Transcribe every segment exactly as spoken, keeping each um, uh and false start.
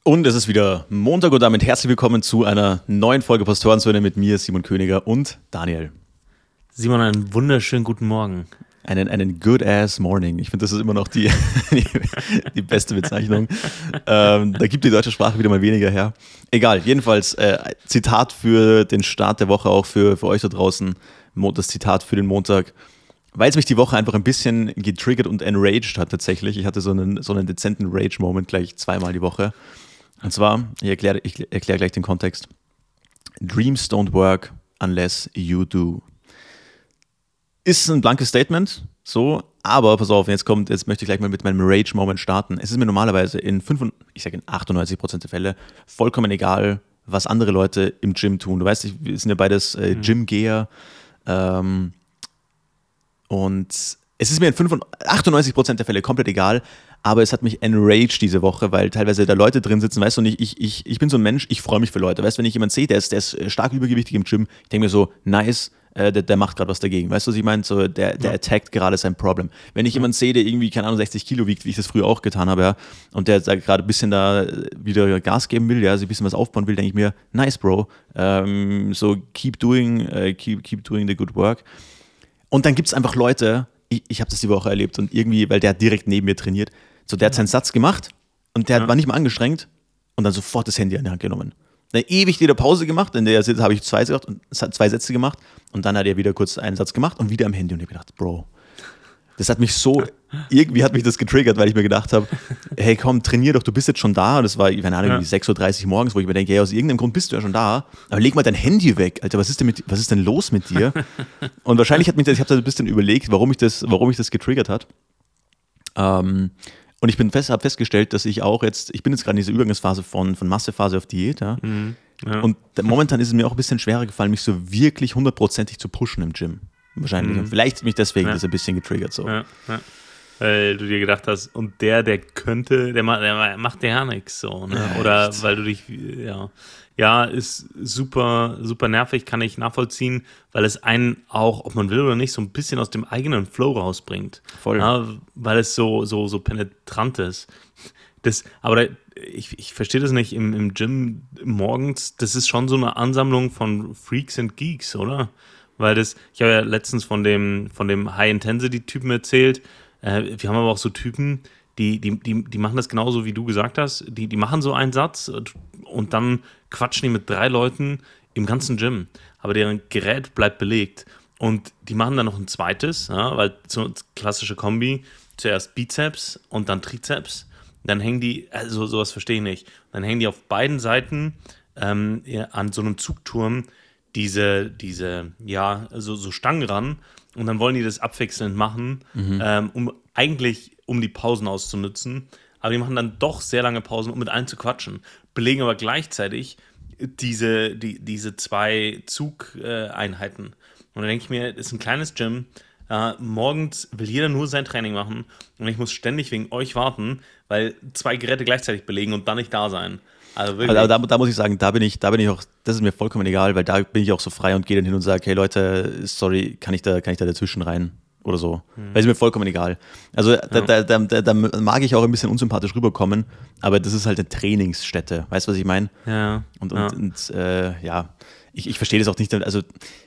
Und es ist wieder Montag und damit herzlich willkommen zu einer neuen Folge Pastorensöhne mit mir, Simon Königer und Daniel. Simon, einen wunderschönen guten Morgen. Einen, einen good-ass morning. Ich finde, das ist immer noch die, die, die beste Bezeichnung. Ähm, da gibt die deutsche Sprache wieder mal weniger her. Egal, jedenfalls äh, Zitat für den Start der Woche, auch für, für euch da draußen. Das Zitat für den Montag. Weil es mich die Woche einfach ein bisschen getriggert und enraged hat tatsächlich. Ich hatte so einen, so einen dezenten Rage-Moment gleich zweimal die Woche. Und zwar, ich erkläre ich erklär gleich den Kontext. Dreams don't work unless you do. Ist ein blankes Statement, so, aber pass auf, jetzt kommt, jetzt möchte ich gleich mal mit meinem Rage-Moment starten. Es ist mir normalerweise in fünf, ich sage in achtundneunzig Prozent der Fälle vollkommen egal, was andere Leute im Gym tun. Du weißt, wir sind ja beides äh, Gym-Geher. Ähm, und es ist mir in achtundneunzig Prozent der Fälle komplett egal, aber es hat mich enraged diese Woche, weil teilweise da Leute drin sitzen, weißt du, und ich, ich, ich, ich bin so ein Mensch, ich freue mich für Leute. Weißt du, wenn ich jemanden sehe, der ist, der ist stark übergewichtig im Gym, ich denke mir so, nice, äh, der, der macht gerade was dagegen. Weißt du, was ich meine? So, der, der ja. attackt gerade sein Problem. Wenn ich jemanden sehe, der irgendwie, keine Ahnung, sechzig Kilo wiegt, wie ich das früher auch getan habe, ja, und der da gerade ein bisschen da wieder Gas geben will, ja, also ein bisschen was aufbauen will, denke ich mir, nice, Bro, ähm, so keep doing, uh, keep, keep doing the good work. Und dann gibt es einfach Leute, ich, ich habe das die Woche erlebt und irgendwie, weil der hat direkt neben mir trainiert, so der hat seinen Satz gemacht und der ja. war nicht mal angestrengt und dann sofort das Handy in die Hand genommen. Dann ewig wieder Pause gemacht, in der habe ich zwei, zwei Sätze gemacht und dann hat er wieder kurz einen Satz gemacht und wieder am Handy und ich habe gedacht, Bro, das hat mich so, irgendwie hat mich das getriggert, weil ich mir gedacht habe, hey komm, trainier doch, du bist jetzt schon da. Und das war, keine Ahnung, ja. sechs Uhr dreißig morgens, wo ich mir denke, hey, aus irgendeinem Grund bist du ja schon da, aber leg mal dein Handy weg, Alter, was ist denn, mit, was ist denn los mit dir? Und wahrscheinlich hat mich das, ich habe da ein bisschen überlegt, warum mich das, warum mich das getriggert hat. Ähm, und ich bin fest, habe festgestellt, dass ich auch jetzt, ich bin jetzt gerade in dieser Übergangsphase von, von Massephase auf Diät, ja. Mhm. Ja. Und momentan ist es mir auch ein bisschen schwerer gefallen, mich so wirklich hundertprozentig zu pushen im Gym. Wahrscheinlich. Mhm. Und vielleicht ist mich deswegen ja. das ein bisschen getriggert. So. Ja, ja. Weil du dir gedacht hast, und der, der könnte, der macht, der macht ja nichts. So, ne? Ja, oder echt. Weil du dich, ja, ja, ist super, super nervig, kann ich nachvollziehen, weil es einen auch, ob man will oder nicht, so ein bisschen aus dem eigenen Flow rausbringt. Voll. Ja, weil es so, so, so penetrant ist. Das, aber da, ich, ich verstehe das nicht im, im Gym morgens, das ist schon so eine Ansammlung von Freaks and Geeks, oder? Weil das, ich habe ja letztens von dem, von dem High-Intensity-Typen erzählt. Äh, wir haben aber auch so Typen, die, die, die, die machen das genauso, wie du gesagt hast. Die, die machen so einen Satz und dann quatschen die mit drei Leuten im ganzen Gym. Aber deren Gerät bleibt belegt. Und die machen dann noch ein zweites, ja, weil so klassische Kombi, zuerst Bizeps und dann Trizeps. Dann hängen die, also sowas verstehe ich nicht, dann hängen die auf beiden Seiten ähm, an so einem Zugturm diese, diese, ja, so, so Stangen ran und dann wollen die das abwechselnd machen, mhm. ähm, um eigentlich, um die Pausen auszunutzen, aber die machen dann doch sehr lange Pausen, um mit allen zu quatschen, belegen aber gleichzeitig diese, die, diese zwei Zugeinheiten. Äh, und dann denke ich mir, das ist ein kleines Gym, äh, morgens will jeder nur sein Training machen und ich muss ständig wegen euch warten, weil zwei Geräte gleichzeitig belegen und dann nicht da sein. Also wirklich. Also da, da muss ich sagen, da bin ich, da bin ich auch, das ist mir vollkommen egal, weil da bin ich auch so frei und gehe dann hin und sage, hey Leute, sorry, kann ich da, kann ich da dazwischen rein oder so. Hm. Weil es mir vollkommen egal. Also da, ja. da, da, da, da mag ich auch ein bisschen unsympathisch rüberkommen, aber das ist halt eine Trainingsstätte. Weißt du, was ich meine? Ja. Und, und, ja. und äh, ja, ich, ich verstehe das auch nicht. Also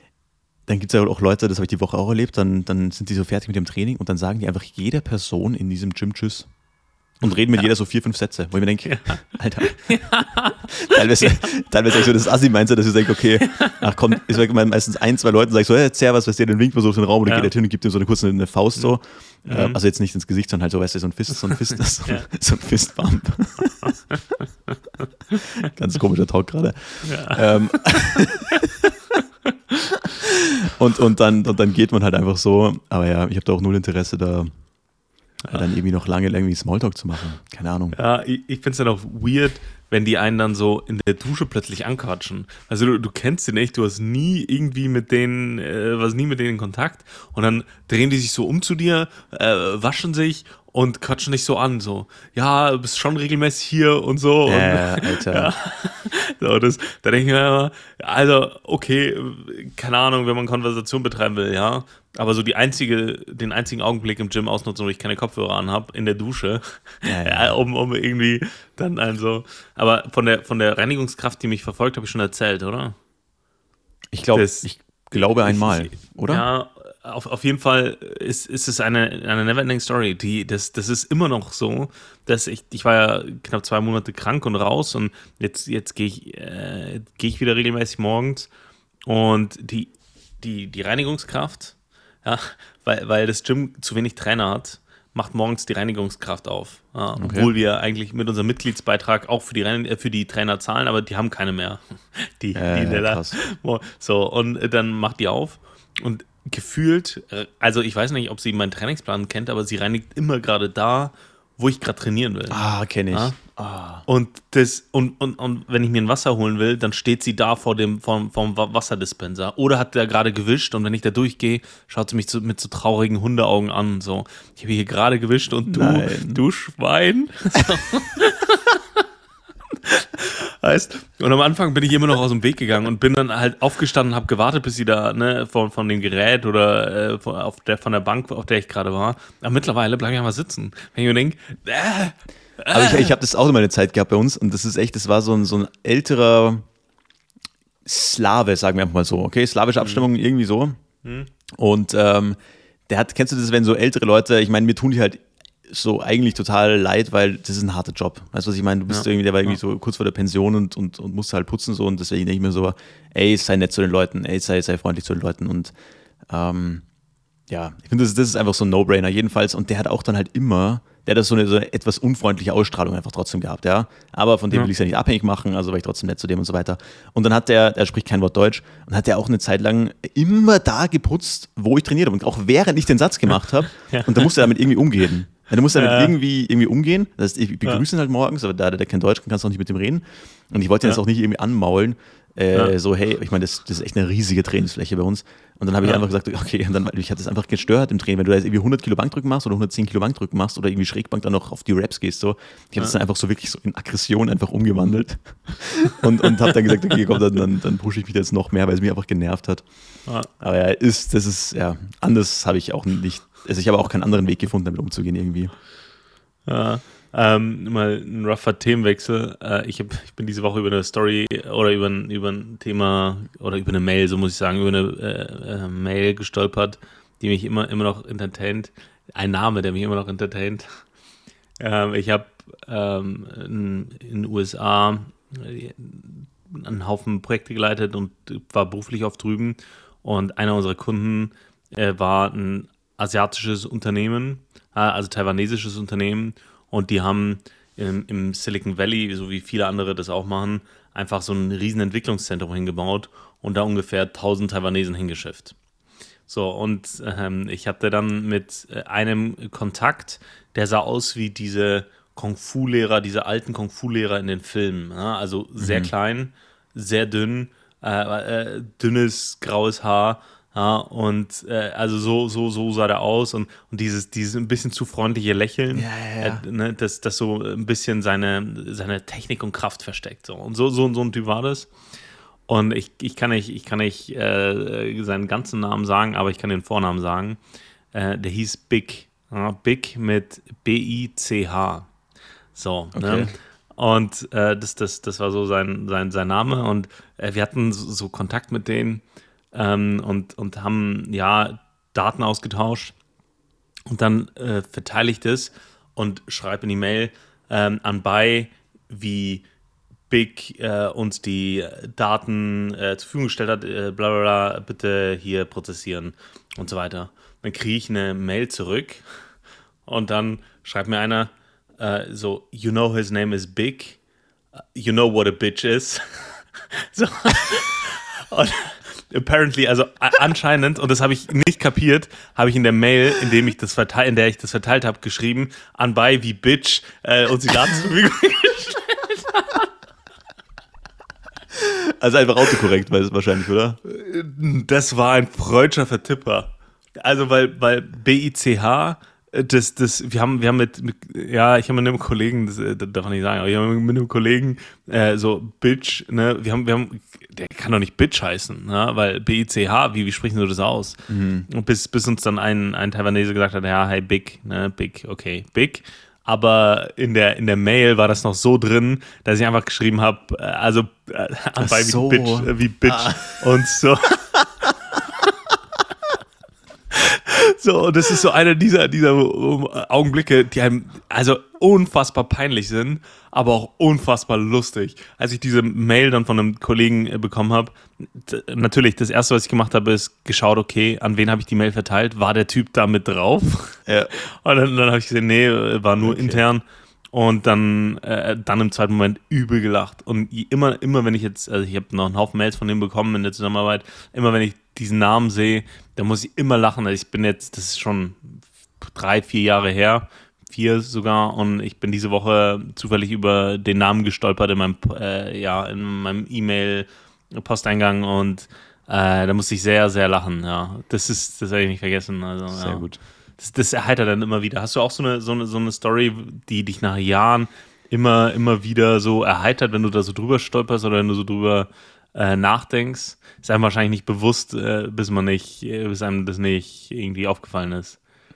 dann gibt es ja auch Leute, das habe ich die Woche auch erlebt, dann, dann sind die so fertig mit dem Training und dann sagen die einfach jeder Person in diesem Gym Tschüss. Und reden mit ja. jeder so vier, fünf Sätze, wo ich mir denke, ja. Alter, ja. teilweise, ja. teilweise ich so das Assi-Mindset, dass ich denke, okay, ach komm, ich sage meistens ein, zwei Leuten, sage ich so, hey, servus, was der denn winkt, so auf den Raum, oder ja. geht der hin und gibt ihm so eine kurze eine Faust so, mhm. äh, also jetzt nicht ins Gesicht, sondern halt so, weißt du, so ein Fist, so ein Fist, so, ja. so ein Fistbump. Ganz komischer Talk gerade. Ja. Ähm, und, und, dann, und dann geht man halt einfach so, aber ja, ich habe da auch null Interesse da, ja. dann irgendwie noch lange irgendwie Smalltalk zu machen. Keine Ahnung. Ja, ich, ich finde es dann auch weird, wenn die einen dann so in der Dusche plötzlich anquatschen. Also du, du kennst sie nicht, du hast nie irgendwie mit denen, äh, warst nie mit denen in Kontakt und dann drehen die sich so um zu dir, äh, waschen sich und quatschen dich so an, so, ja, du bist schon regelmäßig hier und so. Ja, und, Alter. Ja. So, das, da denke ich mir immer, also, okay, keine Ahnung, wenn man Konversation betreiben will, ja, aber so die einzige, den einzigen Augenblick im Gym ausnutzen, wo ich keine Kopfhörer anhabe, in der Dusche, Ja, ja. ja, um, um irgendwie dann also, aber von der, von der Reinigungskraft, die mich verfolgt, habe ich schon erzählt, oder? Ich glaube, Das- ich glaube einmal, ich, oder? Ja, auf, auf jeden Fall ist, ist es eine, eine Neverending Story. Die, das, das ist immer noch so, dass ich, ich war ja knapp zwei Monate krank und raus und jetzt, jetzt gehe ich, äh, gehe ich wieder regelmäßig morgens und die, die, die Reinigungskraft, ja, weil, weil das Gym zu wenig Trainer hat, macht morgens die Reinigungskraft auf. Ja, Okay. Obwohl wir eigentlich mit unserem Mitgliedsbeitrag auch für die, Rein äh, für die Trainer zahlen, aber die haben keine mehr. Die, Ja, die ja, in der krass. So, und äh, dann macht die auf und gefühlt, äh, also ich weiß nicht, ob sie meinen Trainingsplan kennt, aber sie reinigt immer gerade da, wo ich gerade trainieren will. Ah, kenne ich. Ja? Ah. Und das, und, und, und wenn ich mir ein Wasser holen will, dann steht sie da vor dem vom, vom Wa- Wasserdispenser. Oder hat der gerade gewischt und wenn ich da durchgehe, schaut sie mich so, mit so traurigen Hundeaugen an. So, ich habe hier gerade gewischt und du, Nein. du Schwein. So. Heißt, und am Anfang bin ich immer noch aus dem Weg gegangen und bin dann halt aufgestanden und habe gewartet, bis sie da, ne, von, von dem Gerät oder äh, von, auf der, von der Bank, auf der ich gerade war. Aber mittlerweile bleibe ich einfach sitzen. Wenn ich mir denke, äh, Aber ich, ich habe das auch immer eine Zeit gehabt bei uns und das ist echt, das war so ein, so ein älterer Slave, sagen wir einfach mal so, okay, slawische Abstammung, irgendwie so. Und ähm, der hat, kennst du das, wenn so ältere Leute, ich meine, mir tun die halt so eigentlich total leid, weil das ist ein harter Job. Weißt du, was ich meine? Du bist Ja. irgendwie, der war irgendwie Ja. so kurz vor der Pension und, und, und musst halt putzen so und deswegen denke ich mir so, ey, sei nett zu den Leuten, ey, sei, sei freundlich zu den Leuten und ähm, ja, ich finde, das, das ist einfach so ein No-Brainer jedenfalls und der hat auch dann halt immer, der hat das so eine, so eine etwas unfreundliche Ausstrahlung einfach trotzdem gehabt, ja, aber von dem Ja. will ich es ja nicht abhängig machen, also war ich trotzdem nett zu dem und so weiter und dann hat der, der spricht kein Wort Deutsch und hat der auch eine Zeit lang immer da geputzt, wo ich trainiert habe und auch während ich den Satz gemacht habe Ja. und da musste er damit irgendwie umgehen. Ja, du musst damit Ja. irgendwie, irgendwie umgehen. Das heißt, ich begrüße ihn halt morgens, aber da der kein Deutsch kann, kannst du auch nicht mit dem reden. Und ich wollte ihn Ja. jetzt auch nicht irgendwie anmaulen. Äh, Ja. So, hey, ich meine, das, das ist echt eine riesige Trainingsfläche bei uns. Und dann habe ich Ja. einfach gesagt, okay, und dann, ich hatte es einfach gestört im Training, wenn du da jetzt irgendwie hundert Kilo Bankdrücken machst oder hundertzehn Kilo Bankdrücken machst oder irgendwie Schrägbank dann noch auf die Raps gehst, so. Ich habe das dann einfach so wirklich so in Aggression einfach umgewandelt. und und habe dann gesagt, okay, komm, dann, dann, dann pushe ich mich jetzt noch mehr, weil es mich einfach genervt hat. Ja. Aber ja, ist, das ist, ja, anders habe ich auch nicht, also ich habe auch keinen anderen Weg gefunden, damit umzugehen irgendwie. Ja, ähm, mal ein rougher Themenwechsel. Äh, ich, hab, ich bin diese Woche über eine Story oder über ein, über ein Thema oder über eine Mail, so muss ich sagen, über eine äh, äh, Mail gestolpert, die mich immer, immer noch entertaint. Ein Name, der mich immer noch entertaint. Ähm, ich habe ähm, in, in den U S A einen Haufen Projekte geleitet und war beruflich oft drüben. Und einer unserer Kunden äh, war ein asiatisches Unternehmen, äh, also taiwanesisches Unternehmen. Und die haben im, im Silicon Valley, so wie viele andere das auch machen, einfach so ein riesen Entwicklungszentrum hingebaut und da ungefähr tausend Taiwanesen hingeschifft. So, und ähm, ich hatte dann mit äh, einem Kontakt, der sah aus wie diese Kung-Fu-Lehrer, diese alten Kung-Fu-Lehrer in den Filmen. Ja? Also sehr klein, sehr dünn, äh, äh, dünnes, graues Haar. Ja, und äh, also so, so, so sah der aus und, und dieses, dieses ein bisschen zu freundliche Lächeln, Ja, ja, ja. Äh, ne, das, das so ein bisschen seine, seine Technik und Kraft versteckt. So. Und so, so, so ein Typ war das. Und ich, ich kann nicht, ich kann nicht äh, seinen ganzen Namen sagen, aber ich kann den Vornamen sagen. Äh, der hieß Big. Ja, Big mit B I C H. So, Okay. ne? Und äh, das, das, das war so sein, sein, sein Name. Und äh, wir hatten so, so Kontakt mit denen ähm, und, und haben ja Daten ausgetauscht. Und dann äh, verteile ich das und schreibe in die Mail ähm, anbei, wie Big äh, uns die Daten äh, zur Verfügung gestellt hat, äh, bla bla bla, bitte hier prozessieren und so weiter. Dann kriege ich eine Mail zurück und dann schreibt mir einer äh, so, you know his name is Big, you know what a bitch is. So. Und apparently, also a- anscheinend, und das habe ich nicht kapiert, habe ich in der Mail, in, dem ich das verteil, in der ich das verteilt habe, geschrieben, anbei wie Bitch äh, uns die Daten zur Verfügung gestellt. Also einfach autokorrekt, weil es wahrscheinlich, oder? Das war ein freudscher Vertipper. Also, weil, weil B I C H Das, das, wir haben, wir haben mit, mit ja, ich habe mit einem Kollegen, das, das darf man nicht sagen, aber ich habe mit einem Kollegen äh, so Bitch, ne, wir haben, wir haben, der kann doch nicht Bitch heißen, ne, weil B I C H, wie, wie sprechen Sie das aus? Mhm. Und bis, bis uns dann ein, ein Taiwanese gesagt hat, ja, hey, Big, ne, Big, okay, Big. Aber in der, in der Mail war das noch so drin, dass ich einfach geschrieben habe, also äh, anbei so. wie Bitch, äh, wie Bitch ah. und so. So, und das ist so einer dieser, dieser Augenblicke, die einem also unfassbar peinlich sind, aber auch unfassbar lustig. Als ich diese Mail dann von einem Kollegen bekommen habe, t- natürlich, das Erste, was ich gemacht habe, ist geschaut, okay, an wen habe ich die Mail verteilt? War der Typ da mit drauf? Ja. Und dann, dann habe ich gesehen, nee, war nur okay. intern. Und dann, äh, dann im zweiten Moment übel gelacht. Und immer, immer wenn ich jetzt, also ich habe noch einen Haufen Mails von dem bekommen in der Zusammenarbeit, immer wenn ich diesen Namen sehe, dann muss ich immer lachen. Also ich bin jetzt, das ist schon drei, vier Jahre her, vier sogar, und ich bin diese Woche zufällig über den Namen gestolpert in meinem, äh, ja, in meinem E-Mail-Posteingang und äh, da musste ich sehr, sehr lachen. Ja, das ist, das habe ich nicht vergessen. Also, sehr ja. gut. Das, das erheitert dann immer wieder. Hast du auch so eine, so eine, so eine Story, die dich nach Jahren immer, immer wieder so erheitert, wenn du da so drüber stolperst oder wenn du so drüber äh, nachdenkst? Ist einem wahrscheinlich nicht bewusst, äh, bis man nicht, bis einem das nicht irgendwie aufgefallen ist.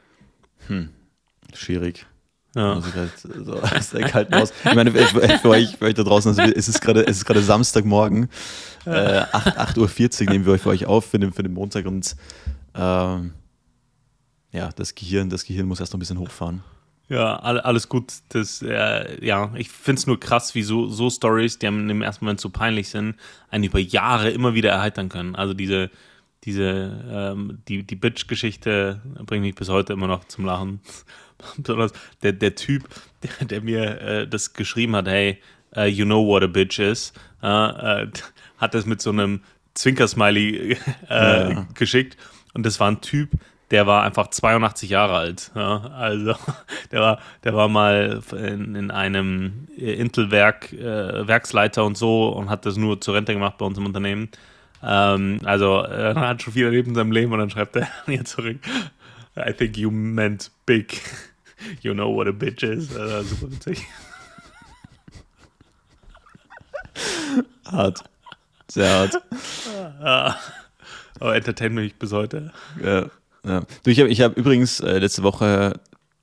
Hm, schwierig. Ja. Muss ich halt so aus der kalten raus. Ich meine, für, für, euch, für euch da draußen, also es ist gerade, es ist gerade Samstagmorgen, äh, acht Uhr vierzig nehmen wir euch für euch auf für den, für den Montag und ähm, ja, das Gehirn, das Gehirn muss erst noch ein bisschen hochfahren. Ja, alles gut. Das, äh, ja, ich finde es nur krass, wie so, so Stories, die einem im ersten Moment so peinlich sind, einen über Jahre immer wieder erheitern können. Also diese, diese, ähm, die, die Bitch-Geschichte bringt mich bis heute immer noch zum Lachen. Besonders der, der Typ, der, der mir äh, das geschrieben hat, hey, uh, you know what a bitch is, äh, äh, hat das mit so einem Zwinker-Smiley äh, ja. geschickt. Und das war ein Typ, der war einfach zweiundachtzig Jahre alt. Ja, also der war, der war mal in, in einem Intel-Werk, äh, Werksleiter und so und hat das nur zur Rente gemacht bei uns im Unternehmen. Ähm, also er hat schon viel erlebt in seinem Leben und dann schreibt er mir zurück, I think you meant big. You know what a bitch is. Also, super witzig. Hart. Sehr hart. Ja. Aber entertaint mich bis heute. Ja. Ja. Du, ich habe ich hab übrigens äh, letzte Woche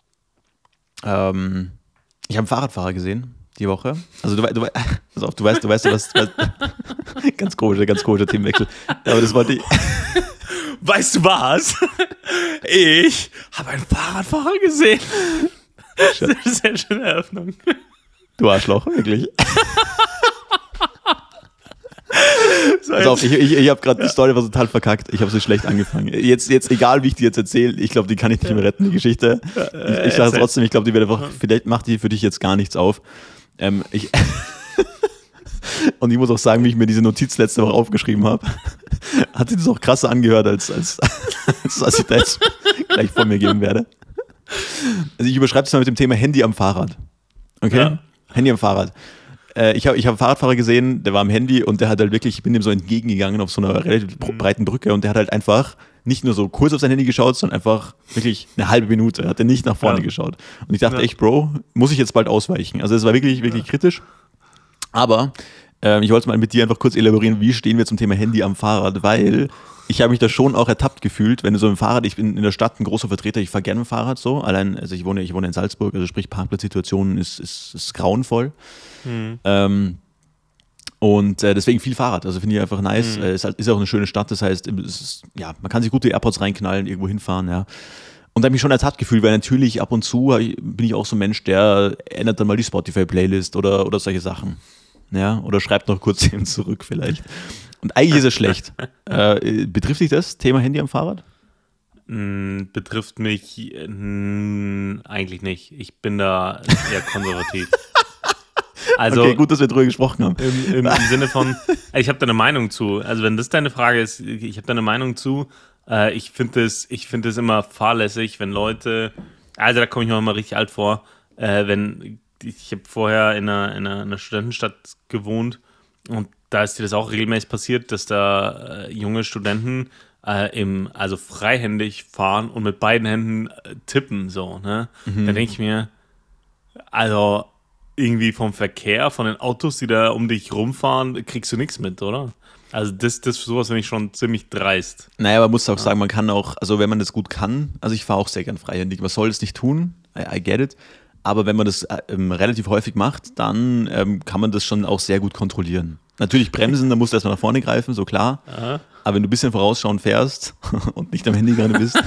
ähm, ich habe einen Fahrradfahrer gesehen, die Woche. Also du, du, pass auf, du weißt, du weißt, was, was ganz komischer, ganz komischer Themenwechsel. Aber das wollte ich. Weißt du was? Ich habe einen Fahrradfahrer gesehen. Sehr, sehr schöne Eröffnung. Du Arschloch, wirklich. Pass auf, ich, ich, ich habe gerade ja. die Story war total verkackt. Ich habe so schlecht angefangen. Jetzt, jetzt egal, wie ich die jetzt erzähle, ich glaube, die kann ich nicht mehr retten, die Geschichte. Ich, ich sage trotzdem, ich glaube, die wird einfach, vielleicht macht die für dich jetzt gar nichts auf. Ähm, ich Und ich muss auch sagen, wie ich mir diese Notiz letzte Woche aufgeschrieben habe, hat sich das auch krasser angehört, als, als, als, als ich da jetzt gleich vor mir geben werde. Also ich überschreibe es mal mit dem Thema Handy am Fahrrad. Okay? Ja. Handy am Fahrrad. Ich habe ich hab einen Fahrradfahrer gesehen, der war am Handy und der hat halt wirklich, ich bin dem so entgegengegangen auf so einer relativ mhm. breiten Brücke und der hat halt einfach nicht nur so kurz auf sein Handy geschaut, sondern einfach wirklich eine halbe Minute, hat er nicht nach vorne ja. geschaut. Und ich dachte ja. echt, Bro, muss ich jetzt bald ausweichen? Also es war wirklich, wirklich ja. kritisch. Aber äh, ich wollte mal mit dir einfach kurz elaborieren, wie stehen wir zum Thema Handy am Fahrrad, weil ich habe mich da schon auch ertappt gefühlt, wenn du so im Fahrrad, ich bin in der Stadt ein großer Vertreter, ich fahre gerne mit dem Fahrrad so, allein, also ich wohne, ich wohne in Salzburg, also sprich Parkplatzsituationen ist, ist, ist grauenvoll. Mhm. Ähm, und äh, deswegen viel Fahrrad, also finde ich einfach nice. Mhm. Äh, ist, halt, ist auch eine schöne Stadt, das heißt, es ist, ja, man kann sich gute AirPods reinknallen, irgendwo hinfahren, ja. Und da habe ich mich schon ertappt gefühlt, weil natürlich ab und zu ich, bin ich auch so ein Mensch, der ändert dann mal die Spotify-Playlist oder, oder solche Sachen. Ja, oder schreibt noch kurz hin zurück vielleicht. Und eigentlich ist es schlecht. Äh, betrifft dich das Thema Handy am Fahrrad? Mm, betrifft mich mm, eigentlich nicht. Ich bin da eher konservativ. Also, okay, gut, dass wir drüber gesprochen haben. Im, im, im Sinne von, ich habe da eine Meinung zu. Also wenn das deine Frage ist, ich habe da eine Meinung zu. Äh, ich finde es ich find es immer fahrlässig, wenn Leute, also da komme ich mir immer richtig alt vor, äh, wenn, ich habe vorher in einer, in einer Studentenstadt gewohnt und da ist dir das auch regelmäßig passiert, dass da äh, junge Studenten äh, im, also freihändig fahren und mit beiden Händen äh, tippen, so, ne? Mhm. Da denke ich mir, also irgendwie vom Verkehr, von den Autos, die da um dich rumfahren, kriegst du nichts mit, oder? Also das, das sowas finde ich schon ziemlich dreist. Naja, aber man muss auch sagen, man kann auch, also wenn man das gut kann, also ich fahre auch sehr gern freihändig, man soll es nicht tun, I, I get it, aber wenn man das äh, ähm, relativ häufig macht, dann ähm, kann man das schon auch sehr gut kontrollieren. Natürlich bremsen, da musst du erstmal nach vorne greifen, so klar, Aha. aber wenn du ein bisschen vorausschauend fährst und nicht am Handy gerade bist,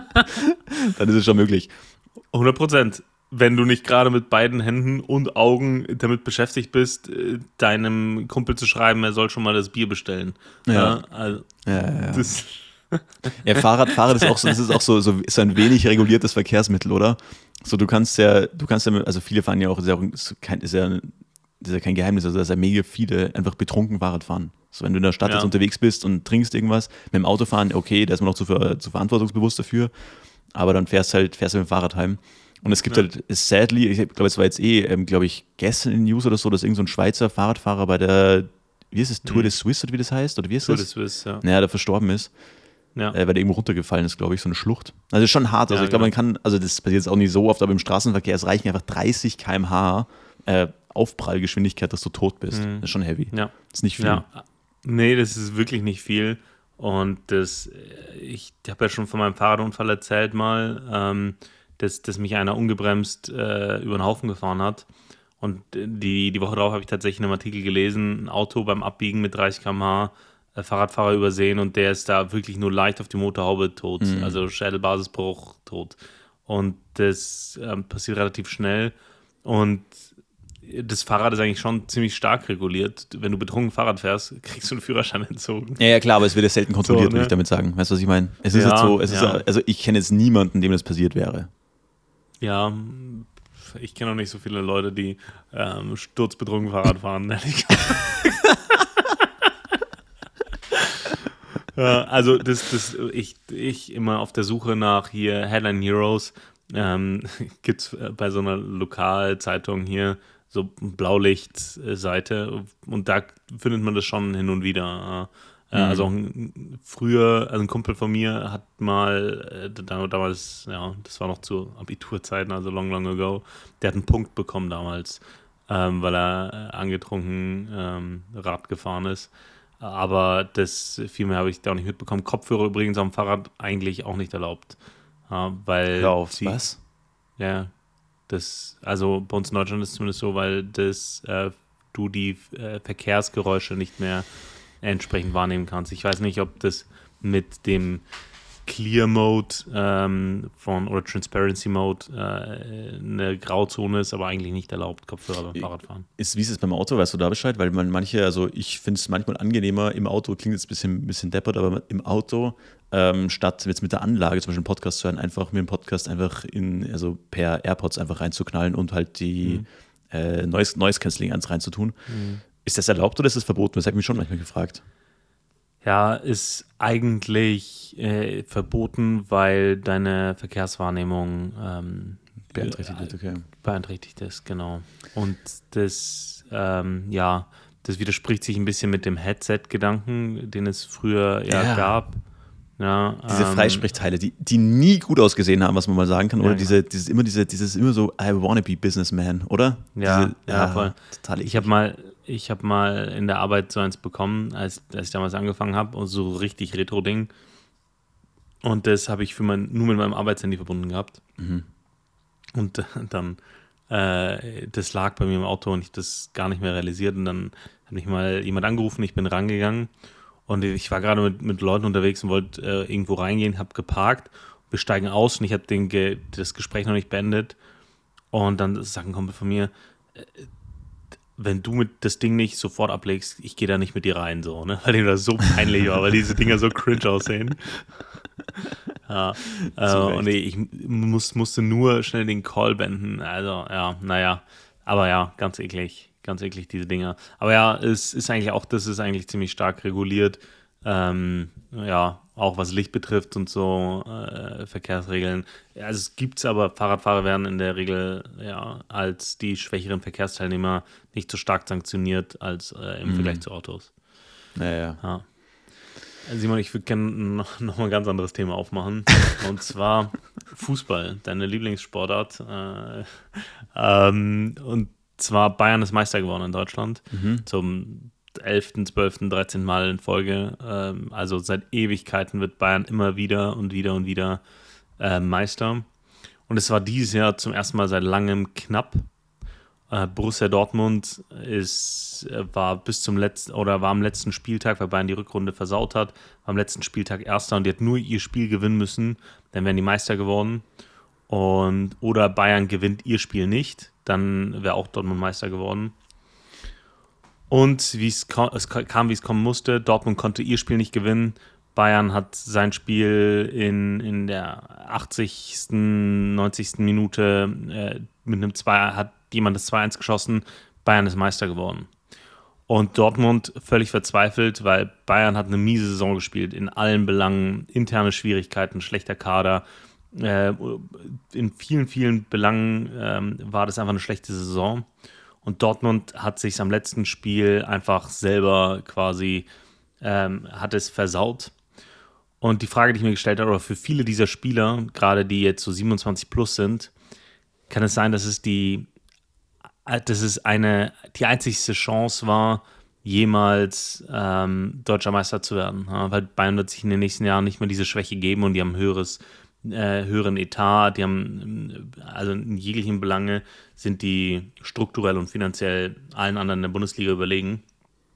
dann ist es schon möglich. hundert Prozent. Wenn du nicht gerade mit beiden Händen und Augen damit beschäftigt bist, äh, deinem Kumpel zu schreiben, er soll schon mal das Bier bestellen. Ja. Äh, also, Ja, ja, ja. das, Ja, Fahrrad, Fahrrad ist auch so, das ist auch so, so, so ein wenig reguliertes Verkehrsmittel, oder? So, du kannst ja, du kannst ja, also viele fahren ja auch, ist ja, auch, ist kein, ist ja, ist ja kein Geheimnis, also dass ja mega viele einfach betrunken Fahrrad fahren. So, wenn du in der Stadt Ja. jetzt unterwegs bist und trinkst irgendwas, mit dem Autofahren, okay, da ist man noch zu, ver, zu verantwortungsbewusst dafür, aber dann fährst halt, fährst du mit dem Fahrrad heim. Und es gibt Ja. halt, sadly, ich glaube, es war jetzt eh, ähm, glaube ich, gestern in den News oder so, dass irgend so ein Schweizer Fahrradfahrer bei der, wie ist es, Tour Mhm. de Suisse oder wie das heißt? Oder wie ist Tour das? de Suisse, ja. Naja, der verstorben ist, Ja. äh, weil der irgendwo runtergefallen ist, glaube ich, so eine Schlucht. Also ist schon hart. Also Ja, ich glaube, man genau. kann, also das passiert jetzt auch nicht so oft, aber im Straßenverkehr, es reichen einfach dreißig Kilometer pro Stunde äh, Aufprallgeschwindigkeit, dass du tot bist. Mhm. Das ist schon heavy. Ja. Das ist nicht viel. Ja. Nee, das ist wirklich nicht viel. Und das, äh, ich habe ja schon von meinem Fahrradunfall erzählt mal, ähm, dass, dass mich einer ungebremst äh, über den Haufen gefahren hat. Und die, die Woche darauf habe ich tatsächlich in einem Artikel gelesen, ein Auto beim Abbiegen mit dreißig Kilometer pro Stunde, äh, Fahrradfahrer übersehen und der ist da wirklich nur leicht auf die Motorhaube tot. Mhm. Also Schädelbasisbruch tot. Und das ähm, passiert relativ schnell. Und das Fahrrad ist eigentlich schon ziemlich stark reguliert. Wenn du betrunken Fahrrad fährst, kriegst du einen Führerschein entzogen. Ja, ja, klar, aber es wird ja selten kontrolliert, So, ne? würde ich damit sagen. Weißt du, was ich meine? Es ist Ja, jetzt so, es ja. ist, also ich kenne jetzt niemanden, dem das passiert wäre. Ja, ich kenne auch nicht so viele Leute, die ähm, sturzbetrunken Fahrrad fahren, ehrlich gesagt. Ja, also das, das, ich, ich immer auf der Suche nach hier Headline Heroes, ähm, gibt es bei so einer Lokalzeitung hier so Blaulicht-Seite und da findet man das schon hin und wieder. Äh, Mhm. Also auch ein, früher, also ein Kumpel von mir hat mal, äh, da- damals, ja, das war noch zu Abiturzeiten, also long, long ago, der hat einen Punkt bekommen damals, ähm, weil er äh, angetrunken ähm, Rad gefahren ist. Aber das viel mehr habe ich da auch nicht mitbekommen. Kopfhörer übrigens am Fahrrad eigentlich auch nicht erlaubt. Ja, weil Hör auf, sie, was? ja, das, also bei uns in Deutschland ist es zumindest so, weil das, äh, du die äh, Verkehrsgeräusche nicht mehr entsprechend wahrnehmen kannst. Ich weiß nicht, ob das mit dem Clear Mode ähm, von oder Transparency Mode äh, eine Grauzone ist, aber eigentlich nicht erlaubt, Kopfhörer beim Fahrradfahren. Ist, wie ist es beim Auto? Weißt du da Bescheid? Weil man manche, also ich finde es manchmal angenehmer im Auto, klingt jetzt ein bisschen, bisschen deppert, aber im Auto, ähm, statt jetzt mit der Anlage zum Beispiel einen Podcast zu hören, einfach mir einen Podcast einfach in, also per AirPods einfach reinzuknallen und halt die Mhm. äh, Noise, Noise Cancelling ans reinzutun. Mhm. Ist das erlaubt oder ist das verboten? Das habe ich mich schon manchmal gefragt. Ja, ist eigentlich äh, verboten, weil deine Verkehrswahrnehmung ähm, Beeinträchtigt wird, okay. beeinträchtigt ist, genau. Und das, ähm, ja, das widerspricht sich ein bisschen mit dem Headset-Gedanken, den es früher ja, Ja. gab. Ja, Diese ähm, Freisprechteile, die, die nie gut ausgesehen haben, was man mal sagen kann, Ja, oder genau. diese, dieses immer diese, dieses immer so I wanna be businessman, oder? Ja, diese, ja, voll. total Ich habe mal, ich habe mal in der Arbeit so eins bekommen, als, als ich damals angefangen habe, und so richtig Retro-Ding. Und das habe ich für mein, nur mit meinem Arbeitshandy verbunden gehabt. Mhm. Und äh, dann, äh, das lag bei mir im Auto und ich das gar nicht mehr realisiert. Und dann hat mich mal jemand angerufen, ich bin rangegangen. Und ich war gerade mit, mit Leuten unterwegs und wollte äh, irgendwo reingehen, habe geparkt. Wir steigen aus und ich habe den Ge- das Gespräch noch nicht beendet. Und dann sagt ein Kumpel von mir, äh, wenn du mit das Ding nicht sofort ablegst, ich gehe da nicht mit dir rein, so, ne? Weil dem das so peinlich war, weil diese Dinger so cringe aussehen. Ja, äh, Zu Recht. und ich muss, musste nur schnell den Call beenden. Also, ja, naja. Aber ja, ganz eklig. Ganz eklig, diese Dinger. Aber ja, es ist eigentlich auch, das ist eigentlich ziemlich stark reguliert. Ähm, ja, auch was Licht betrifft und so, äh, Verkehrsregeln. Ja, also es gibt's, aber Fahrradfahrer werden in der Regel ja als die schwächeren Verkehrsteilnehmer nicht so stark sanktioniert als äh, im Mhm. Vergleich zu Autos. Naja. Ja. Simon, ich würde gerne noch, noch mal ein ganz anderes Thema aufmachen. Und zwar Fußball, deine Lieblingssportart. Äh, ähm, und zwar Bayern ist Meister geworden in Deutschland. Mhm. Zum elften, zwölften, dreizehnten Mal in Folge. Ähm, also seit Ewigkeiten wird Bayern immer wieder und wieder und wieder äh, Meister. Und es war dieses Jahr zum ersten Mal seit langem knapp. Äh, Borussia Dortmund ist, äh, war bis zum letzten oder war am letzten Spieltag, weil Bayern die Rückrunde versaut hat, war am letzten Spieltag Erster und die hat nur ihr Spiel gewinnen müssen, dann wären die Meister geworden. Und oder Bayern gewinnt ihr Spiel nicht, dann wäre auch Dortmund Meister geworden. Und wie es kam, es kam, wie es kommen musste, Dortmund konnte ihr Spiel nicht gewinnen. Bayern hat sein Spiel in, in der achtzigsten, neunzigsten Minute äh, mit einem zwei, hat jemand das zwei eins geschossen. Bayern ist Meister geworden. Und Dortmund völlig verzweifelt, weil Bayern hat eine miese Saison gespielt, in allen Belangen, interne Schwierigkeiten, schlechter Kader. Äh, in vielen, vielen Belangen ähm, war das einfach eine schlechte Saison. Und Dortmund hat sich am letzten Spiel einfach selber quasi, ähm, hat es versaut. Und die Frage, die ich mir gestellt habe, oder für viele dieser Spieler, gerade die jetzt so siebenundzwanzig plus sind, kann es sein, dass es die, dass es eine, die einzigste Chance war, jemals ähm, Deutscher Meister zu werden. Ja, weil Bayern wird sich in den nächsten Jahren nicht mehr diese Schwäche geben und die haben höheres, äh, höheren Etat, die haben, also in jeglichen Belange sind die strukturell und finanziell allen anderen in der Bundesliga überlegen.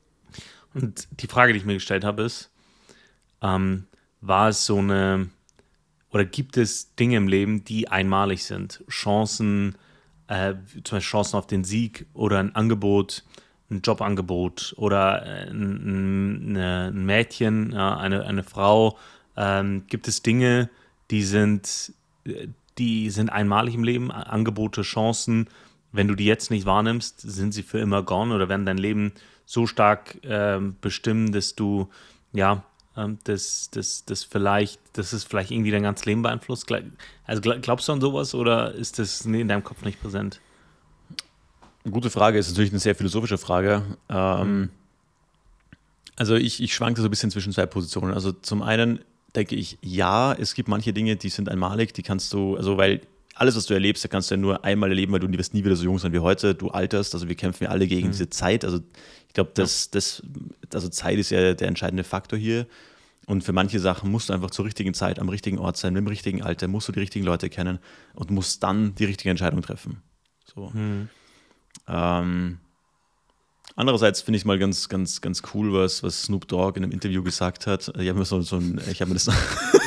Und die Frage, die ich mir gestellt habe, ist, ähm, war es so eine, oder gibt es Dinge im Leben, die einmalig sind? Chancen, äh, zum Beispiel Chancen auf den Sieg oder ein Angebot, ein Jobangebot oder ein, eine, ein Mädchen, ja, eine, eine Frau. Ähm, gibt es Dinge, die sind, die sind einmalig im Leben, Angebote, Chancen. Wenn du die jetzt nicht wahrnimmst, sind sie für immer gone oder werden dein Leben so stark ähm, bestimmen, dass du, ja, Das, das, das vielleicht, das ist vielleicht irgendwie dein ganzes Leben beeinflusst. Also glaubst du an sowas oder ist das in deinem Kopf nicht präsent? Gute Frage, ist natürlich eine sehr philosophische Frage. Ähm, Mhm. Also ich, ich schwankte so ein bisschen zwischen zwei Positionen. Also zum einen denke ich, ja, es gibt manche Dinge, die sind einmalig, die kannst du, also weil alles, was du erlebst, da kannst du ja nur einmal erleben, weil du wirst nie wieder so jung sein wie heute, du alterst, also wir kämpfen ja alle gegen Mhm. diese Zeit. Also ich glaube, das, das, also Zeit ist ja der entscheidende Faktor hier. Und für manche Sachen musst du einfach zur richtigen Zeit am richtigen Ort sein, mit dem richtigen Alter, musst du die richtigen Leute kennen und musst dann die richtige Entscheidung treffen. So. Mhm. Ähm, andererseits finde ich mal ganz, ganz, ganz cool, was, was Snoop Dogg in einem Interview gesagt hat. Ich habe mir so, so ein, ich habe mir das,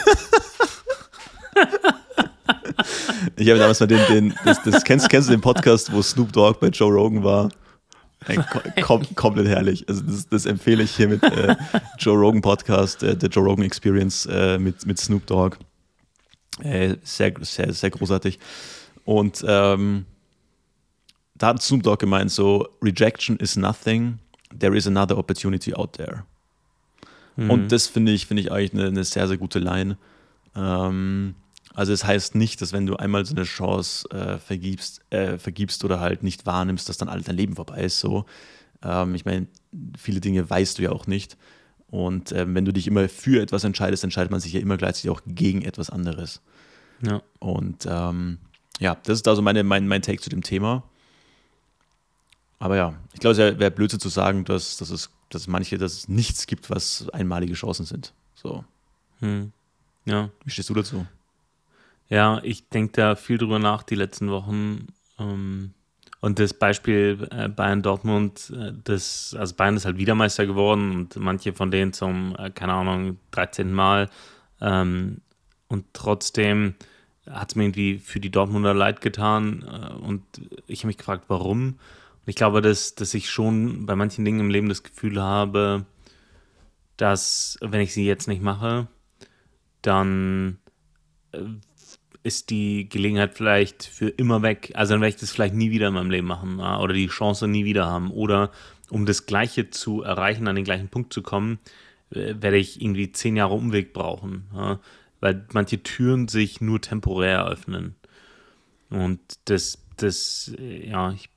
ich habe damals mal den, den das, das kennst, kennst du den Podcast, wo Snoop Dogg bei Joe Rogan war? Ein, kom komplett herrlich. Also das, das empfehle ich hier mit äh, Joe Rogan Podcast, äh, der Joe Rogan Experience äh, mit, mit Snoop Dogg. Äh, sehr, sehr, sehr großartig. Und ähm, da hat Snoop Dogg gemeint so, Rejection is nothing, there is another opportunity out there. Mhm. Und das finde ich, finde ich eigentlich eine, eine sehr, sehr gute Line. Ähm, also es heißt nicht, dass wenn du einmal so eine Chance äh, vergibst, äh, vergibst oder halt nicht wahrnimmst, dass dann alles dein Leben vorbei ist. So. Ähm, ich meine, viele Dinge weißt du ja auch nicht. Und ähm, wenn du dich immer für etwas entscheidest, entscheidet man sich ja immer gleichzeitig auch gegen etwas anderes. Ja. Und ähm, ja, das ist also meine, mein, mein Take zu dem Thema. Aber ja, ich glaube, es wäre wär Blödsinn zu sagen, dass, dass, es, dass manche, dass es nichts gibt, was einmalige Chancen sind. So. Mhm. Ja. Wie stehst du dazu? Ja, ich denke da viel drüber nach die letzten Wochen. Ähm, und das Beispiel äh, Bayern-Dortmund, äh, das, also Bayern ist halt wieder Meister geworden und manche von denen zum, äh, keine Ahnung, dreizehnten Mal. Ähm, und trotzdem hat es mir irgendwie für die Dortmunder leid getan. Äh, und ich habe mich gefragt, warum. Und ich glaube, dass, dass ich schon bei manchen Dingen im Leben das Gefühl habe, dass, wenn ich sie jetzt nicht mache, dann äh, ist die Gelegenheit vielleicht für immer weg. Also dann werde ich das vielleicht nie wieder in meinem Leben machen, ja, oder die Chance nie wieder haben. Oder um das Gleiche zu erreichen, an den gleichen Punkt zu kommen, äh, werde ich irgendwie zehn Jahre Umweg brauchen. Ja, weil manche Türen sich nur temporär öffnen. Und das, das, äh, ja, ich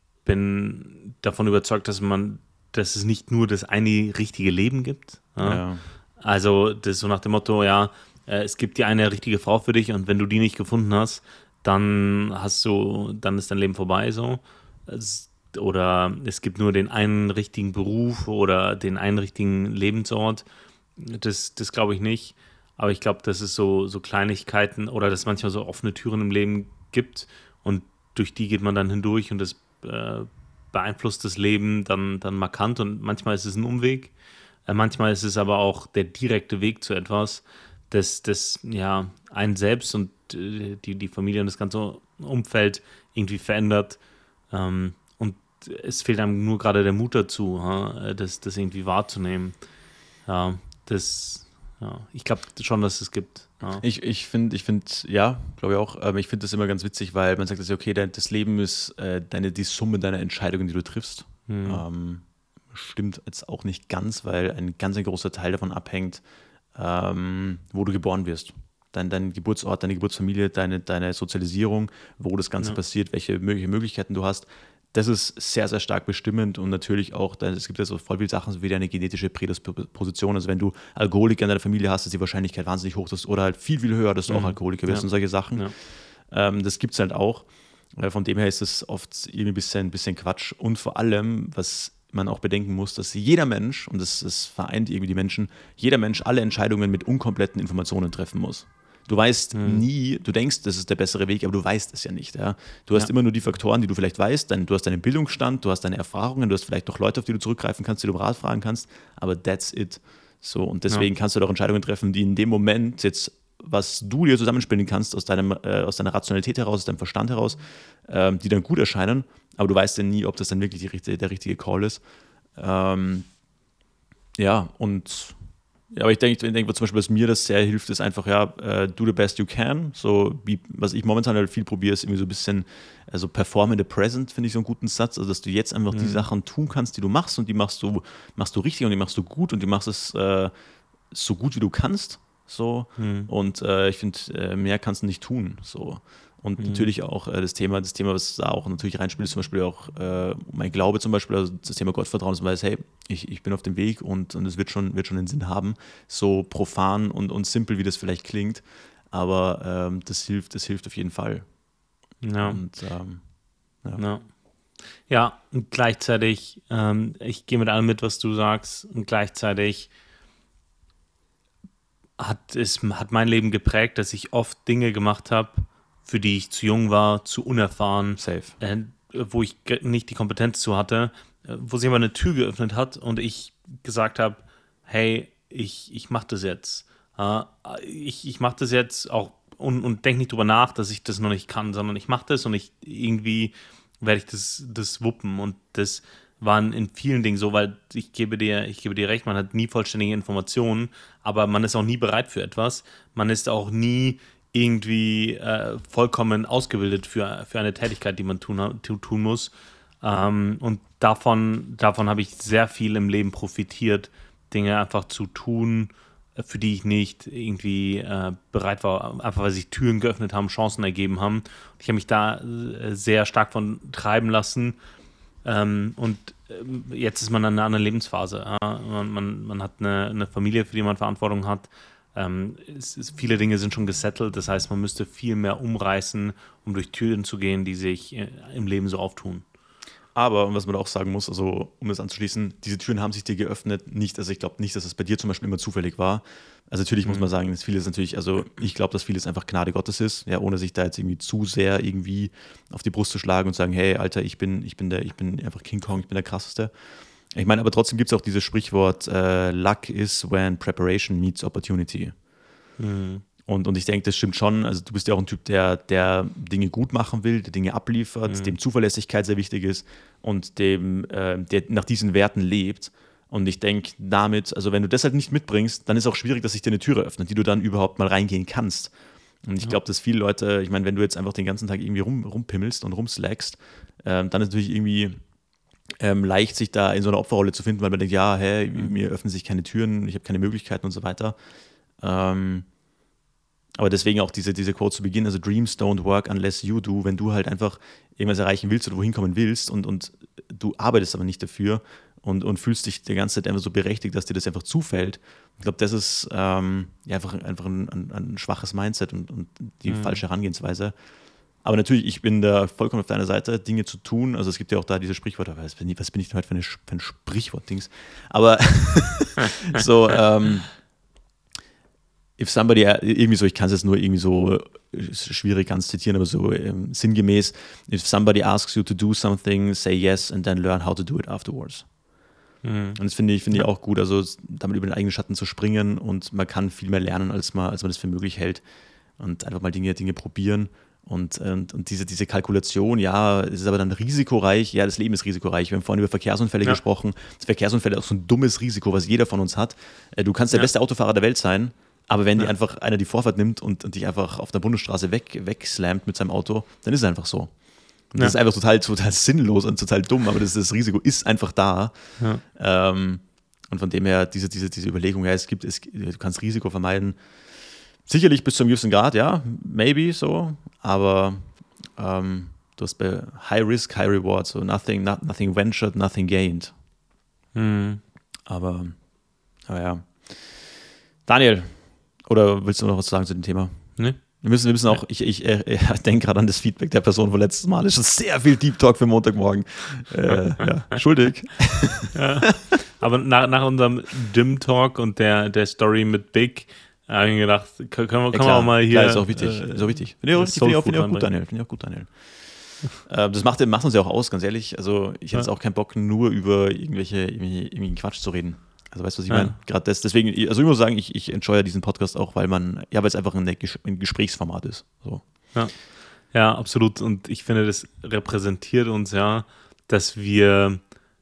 bin davon überzeugt, dass man, dass es nicht nur das eine richtige Leben gibt. Ja, Ja. Also das ist so nach dem Motto, ja, äh, es gibt die eine richtige Frau für dich und wenn du die nicht gefunden hast, dann hast du, dann ist dein Leben vorbei so. Es, oder es gibt nur den einen richtigen Beruf oder den einen richtigen Lebensort. Das, das glaube ich nicht. Aber ich glaube, dass es so, so Kleinigkeiten oder dass es manchmal so offene Türen im Leben gibt und durch die geht man dann hindurch und das äh, beeinflusst das Leben dann, dann markant und manchmal ist es ein Umweg. Äh, manchmal ist es aber auch der direkte Weg zu etwas, das, das ja, einen selbst und äh, die, die Familie und das ganze Umfeld irgendwie verändert. Ähm, und es fehlt einem nur gerade der Mut dazu, ha, das, das irgendwie wahrzunehmen. Ja, das, ja, ich glaube schon, dass es gibt. Ja. Ich, ich finde, ich find, ja, glaube ich auch, aber ich finde das immer ganz witzig, weil man sagt, dass, okay, dein, das Leben ist äh, deine, die Summe deiner Entscheidungen, die du triffst. Hm. Ähm, stimmt jetzt auch nicht ganz, weil ein ganz ein großer Teil davon abhängt, ähm, wo du geboren wirst. Dein, dein Geburtsort, deine Geburtsfamilie, deine, deine Sozialisierung, wo das Ganze Ja. passiert, welche mögliche Möglichkeiten du hast. Das ist sehr, sehr stark bestimmend und natürlich auch, da- es gibt ja so voll viele Sachen, so wie deine genetische Prädisposition. Also wenn du Alkoholiker in deiner Familie hast, ist die Wahrscheinlichkeit wahnsinnig hoch, dass, oder halt viel, viel höher, dass du auch Mhm. Alkoholiker wirst Ja. und solche Sachen. Ja. Ähm, das gibt es halt auch. Äh, Von dem her ist es oft irgendwie ein bisschen, ein bisschen Quatsch. Und vor allem, was man auch bedenken muss, dass jeder Mensch, und das, das vereint irgendwie die Menschen, jeder Mensch alle Entscheidungen mit unkompletten Informationen treffen muss. Du weißt Mhm. nie, du denkst, das ist der bessere Weg, aber du weißt es ja nicht. Ja? Du hast Ja. immer nur die Faktoren, die du vielleicht weißt. Dein, du hast deinen Bildungsstand, du hast deine Erfahrungen, du hast vielleicht noch Leute, auf die du zurückgreifen kannst, die du um Rat fragen kannst, aber that's it. So, und deswegen Ja. kannst du doch Entscheidungen treffen, die in dem Moment jetzt, was du dir zusammenspielen kannst, aus, deinem, äh, aus deiner Rationalität heraus, aus deinem Verstand heraus, ähm, die dann gut erscheinen, aber du weißt ja nie, ob das dann wirklich die, richtige- der richtige Call ist. Ähm, ja, und ja, aber ich denke, ich denke, zum Beispiel, was mir das sehr hilft, ist einfach, ja, äh, do the best you can. So, wie, was ich momentan halt viel probiere, ist irgendwie so ein bisschen, also perform in the present, finde ich so einen guten Satz. Also, dass du jetzt einfach die Mhm. Sachen tun kannst, die du machst und die machst du, machst du richtig und die machst du gut und die machst es äh, so gut, wie du kannst. So. Mhm. Und äh, ich finde, äh, mehr kannst du nicht tun. So. Und Mhm. natürlich auch äh, das Thema, das Thema, was da auch natürlich reinspielt, ist zum Beispiel auch äh, mein Glaube zum Beispiel, also das Thema Gottvertrauen, dass man weiß, hey, ich, ich bin auf dem Weg und, und es wird schon, wird schon den Sinn haben. So profan und, und simpel, wie das vielleicht klingt, aber ähm, das hilft, das hilft auf jeden Fall. Ja. Und ähm, ja. Ja. Ja, und gleichzeitig, ähm, ich gehe mit allem mit, was du sagst, und gleichzeitig hat es hat mein Leben geprägt, dass ich oft Dinge gemacht habe, für die ich zu jung war, zu unerfahren, Safe. äh, wo ich ge- nicht die Kompetenz zu hatte, äh, wo sich jemand eine Tür geöffnet hat und ich gesagt habe, hey, ich, ich mache das jetzt. Äh, ich ich mache das jetzt auch und, und denke nicht drüber nach, dass ich das noch nicht kann, sondern ich mache das und ich irgendwie werde ich das, das wuppen. Und das waren in vielen Dingen so, weil ich gebe dir, ich gebe dir recht, man hat nie vollständige Informationen, aber man ist auch nie bereit für etwas. Man ist auch nie irgendwie äh, vollkommen ausgebildet für, für eine Tätigkeit, die man tun, tu- tun muss. Ähm, und davon, davon habe ich sehr viel im Leben profitiert, Dinge einfach zu tun, äh, für die ich nicht irgendwie äh, bereit war, einfach weil sich Türen geöffnet haben, Chancen ergeben haben. Ich habe mich da äh, sehr stark von treiben lassen. Ähm, und ähm, jetzt ist man in einer anderen Lebensphase. Ja? Man, man, man hat eine, eine Familie, für die man Verantwortung hat. Ähm, es ist, viele Dinge sind schon gesettelt. Das heißt, man müsste viel mehr umreißen, um durch Türen zu gehen, die sich äh, im Leben so auftun. Aber, und was man auch sagen muss, also um das anzuschließen, diese Türen haben sich dir geöffnet, nicht, also ich glaube nicht, dass es bei dir zum Beispiel immer zufällig war. Also natürlich muss man sagen, dass vieles natürlich, also ich glaube, dass vieles einfach Gnade Gottes ist, ja, ohne sich da jetzt irgendwie zu sehr irgendwie auf die Brust zu schlagen und sagen, hey, Alter, ich bin, ich bin der, ich bin einfach King Kong, ich bin der krasseste. Ich meine, aber trotzdem gibt es auch dieses Sprichwort, äh, Luck is when preparation meets opportunity. Und, und ich denke, das stimmt schon. Also du bist ja auch ein Typ, der, der Dinge gut machen will, der Dinge abliefert, Mhm. dem Zuverlässigkeit sehr wichtig ist und dem, äh, der nach diesen Werten lebt. Und ich denke, damit, also wenn du das halt nicht mitbringst, dann ist auch schwierig, dass sich dir eine Türe öffnet, die du dann überhaupt mal reingehen kannst. Und ich glaube, dass viele Leute, ich meine, wenn du jetzt einfach den ganzen Tag irgendwie rum, rumpimmelst und rumslackst, ähm, dann ist natürlich irgendwie ähm, leicht, sich da in so einer Opferrolle zu finden, weil man denkt, ja, hä, mir öffnen sich keine Türen, ich habe keine Möglichkeiten und so weiter. Ähm, aber deswegen auch diese, diese Quote zu Beginn, also Dreams don't work unless you do, wenn du halt einfach irgendwas erreichen willst oder wohin kommen willst und, und du arbeitest aber nicht dafür und, und fühlst dich die ganze Zeit einfach so berechtigt, dass dir das einfach zufällt. Ich glaube, das ist ähm, ja, einfach, einfach ein, ein, ein schwaches Mindset und, und die mhm. falsche Herangehensweise. Aber natürlich, ich bin da vollkommen auf deiner Seite, Dinge zu tun. Also es gibt ja auch da diese Sprichwörter, was bin ich, was bin ich denn heute für, eine, für ein Sprichwort-Dings? Aber so, ähm, if somebody, irgendwie so, ich kann es jetzt nur irgendwie so schwierig ganz zitieren, aber so ähm, sinngemäß, if somebody asks you to do something, say yes and then learn how to do it afterwards. Mhm. Und das finde ich, finde ich auch gut, also damit über den eigenen Schatten zu springen und man kann viel mehr lernen, als man, als man das für möglich hält und einfach mal Dinge, Dinge probieren. Und, und, und diese, diese Kalkulation, ja, es ist aber dann risikoreich. Ja, das Leben ist risikoreich. Wir haben vorhin über Verkehrsunfälle ja. gesprochen. Verkehrsunfälle ist auch so ein dummes Risiko, was jeder von uns hat. Du kannst der ja. beste Autofahrer der Welt sein, aber wenn ja. dir einfach einer die Vorfahrt nimmt und, und dich einfach auf der Bundesstraße weg, wegslammt mit seinem Auto, dann ist es einfach so. Und das ja. ist einfach total, total sinnlos und total dumm, aber das, das Risiko ist einfach da. Ja. Ähm, und von dem her, diese, diese, diese Überlegung, ja, es gibt, es, du kannst Risiko vermeiden. Sicherlich bis zu einem gewissen Grad, ja, maybe so, aber ähm, du hast bei High Risk, High Reward, so nothing, not, nothing ventured, nothing gained. Mhm. Aber, aber ja. Daniel, oder willst du noch was sagen zu dem Thema? Nee. Wir müssen, wir müssen auch, ich, ich äh, denke gerade an das Feedback der Person von letztes Mal, das ist sehr viel Deep Talk für Montagmorgen. Äh, ja, schuldig. Ja. Aber nach, nach unserem Gym Talk und der, der Story mit Big, habe ich mir gedacht, können wir, können ja, wir auch mal hier. Ja, ist auch wichtig. Äh, ist auch wichtig. Finde ich auch, find ich auch, find ich auch gut, Daniel. Finde ich auch gut, Daniel. äh, das macht, macht uns ja auch aus, ganz ehrlich. Also, ich hätte jetzt ja. auch keinen Bock, nur über irgendwelche, irgendwelchen Quatsch zu reden. Also, weißt du, was ich ja. meine? Gerade das. Deswegen, also, ich muss sagen, ich, ich enjoye diesen Podcast auch, weil man, ja, weil es einfach ein, ein Gesprächsformat ist. So. Ja. ja, absolut. Und ich finde, das repräsentiert uns ja, dass wir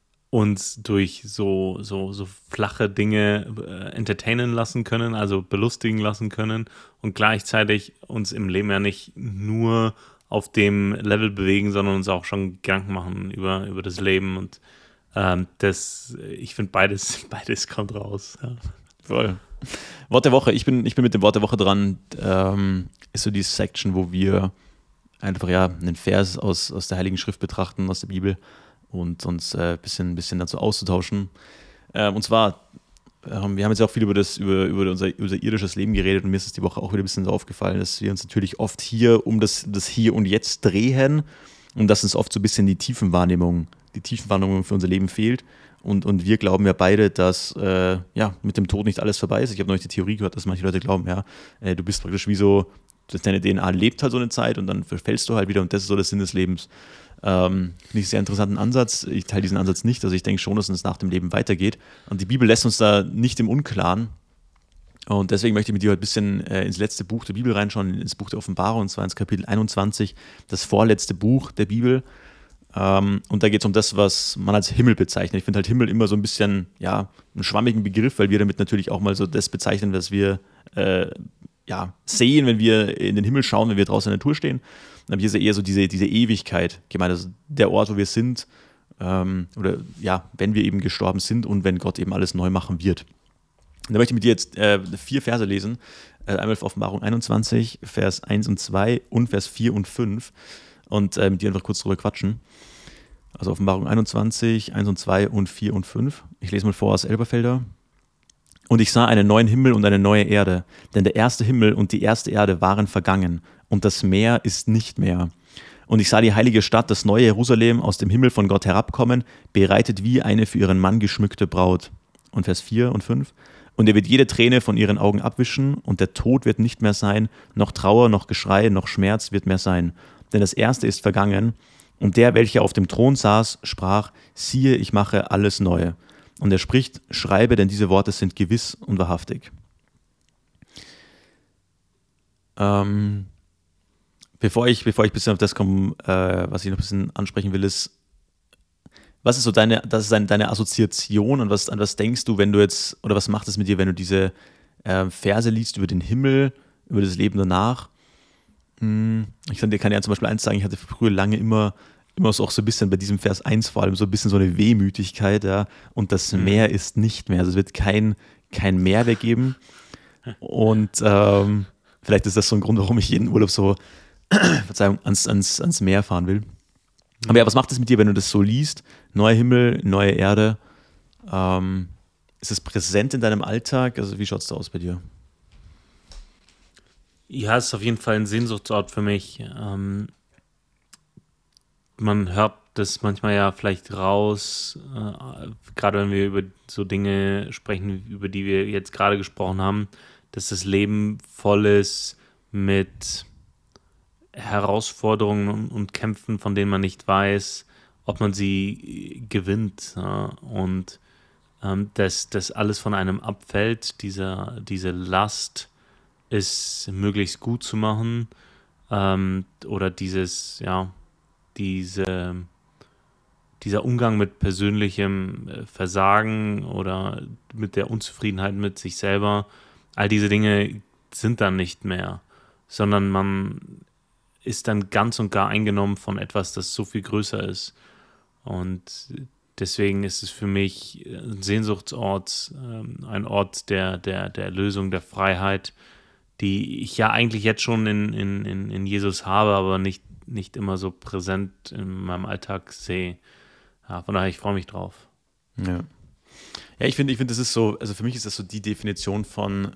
uns durch so, so, so flache Dinge äh, entertainen lassen können, also belustigen lassen können und gleichzeitig uns im Leben ja nicht nur auf dem Level bewegen, sondern uns auch schon Gedanken machen über, über das Leben und ähm, das, ich finde beides, beides kommt raus. Ja. Voll. Wort der Woche, ich bin, ich bin mit dem Wort der Woche dran, ähm, ist so die Section, wo wir einfach ja einen Vers aus, aus der Heiligen Schrift betrachten, aus der Bibel, und uns ein äh, bisschen, bisschen dazu auszutauschen. Ähm, und zwar, ähm, wir haben jetzt auch viel über, das, über, über unser, unser irdisches Leben geredet und mir ist es die Woche auch wieder ein bisschen so aufgefallen, dass wir uns natürlich oft hier um das, das Hier und Jetzt drehen und dass uns oft so ein bisschen die Tiefenwahrnehmung, die Tiefenwahrnehmung für unser Leben fehlt. Und, und wir glauben ja beide, dass äh, ja, mit dem Tod nicht alles vorbei ist. Ich habe neulich die Theorie gehört, dass manche Leute glauben, ja, äh, du bist praktisch wie so, deine D N A lebt halt so eine Zeit und dann verfällst du halt wieder und das ist so der Sinn des Lebens. Ähm, finde ich einen sehr interessanten Ansatz. Ich teile diesen Ansatz nicht. Also ich denke schon, dass es nach dem Leben weitergeht. Und die Bibel lässt uns da nicht im Unklaren. Und deswegen möchte ich mit dir heute ein bisschen äh, ins letzte Buch der Bibel reinschauen, ins Buch der Offenbarung, und zwar ins Kapitel einundzwanzig, das vorletzte Buch der Bibel. Ähm, und da geht es um das, was man als Himmel bezeichnet. Ich finde halt Himmel immer so ein bisschen, ja, einen schwammigen Begriff, weil wir damit natürlich auch mal so das bezeichnen, was wir äh, ja, sehen, wenn wir in den Himmel schauen, wenn wir draußen in der Natur stehen. Aber hier ist ja eher so diese, diese Ewigkeit gemeint, also der Ort, wo wir sind, ähm, oder ja, wenn wir eben gestorben sind und wenn Gott eben alles neu machen wird. Und da möchte ich mit dir jetzt äh, vier Verse lesen, äh, einmal auf Offenbarung einundzwanzig, Vers eins und zwei und Vers vier und fünf und äh, mit dir einfach kurz drüber quatschen. Also Offenbarung einundzwanzig, eins und zwei und vier und fünf. Ich lese mal vor aus Elberfelder. Und ich sah einen neuen Himmel und eine neue Erde, denn der erste Himmel und die erste Erde waren vergangen und das Meer ist nicht mehr. Und ich sah die heilige Stadt, das neue Jerusalem, aus dem Himmel von Gott herabkommen, bereitet wie eine für ihren Mann geschmückte Braut. Und Vers vier und fünf. Und er wird jede Träne von ihren Augen abwischen und der Tod wird nicht mehr sein, noch Trauer, noch Geschrei, noch Schmerz wird mehr sein. Denn das Erste ist vergangen. Und der, welcher auf dem Thron saß, sprach, siehe, ich mache alles neu. Und er spricht, schreibe, denn diese Worte sind gewiss und wahrhaftig. Ähm, bevor ich, bevor ich ein bisschen auf das komme, äh, was ich noch ein bisschen ansprechen will, ist, was ist so deine, das ist deine, deine Assoziation und was, an was denkst du, wenn du jetzt, oder was macht es mit dir, wenn du diese äh, Verse liest über den Himmel, über das Leben danach? Hm, ich kann dir, kann dir zum Beispiel eins sagen, ich hatte früher lange immer immer so auch so ein bisschen bei diesem Vers eins vor allem so ein bisschen so eine Wehmütigkeit, ja, und das mhm. Meer ist nicht mehr, also es wird kein, kein Meer mehr geben und ähm, vielleicht ist das so ein Grund, warum ich jeden Urlaub so, Verzeihung, ans, ans, ans Meer fahren will. Aber ja, was macht es mit dir, wenn du das so liest? Neuer Himmel, neue Erde, Ähm, ist es präsent in deinem Alltag? Also wie schaut es da aus bei dir? Ja, es ist auf jeden Fall ein Sehnsuchtsort für mich. Ähm, man hört das manchmal ja vielleicht raus, äh, gerade wenn wir über so Dinge sprechen, über die wir jetzt gerade gesprochen haben, dass das Leben voll ist mit Herausforderungen und, und Kämpfen, von denen man nicht weiß, ob man sie äh, gewinnt. Ja? Und ähm, dass das alles von einem abfällt, dieser, diese Last, es möglichst gut zu machen, ähm, oder dieses, ja, diese, dieser Umgang mit persönlichem äh, Versagen oder mit der Unzufriedenheit mit sich selber, all diese Dinge sind dann nicht mehr, sondern man ist dann ganz und gar eingenommen von etwas, das so viel größer ist. Und deswegen ist es für mich ein Sehnsuchtsort, ähm, ein Ort der, der, der Erlösung, der Freiheit, die ich ja eigentlich jetzt schon in, in, in, in Jesus habe, aber nicht, nicht immer so präsent in meinem Alltag sehe. Ja, von daher, ich freue mich drauf. Ja. Ja, ich finde, ich finde, das ist so, also für mich ist das so die Definition von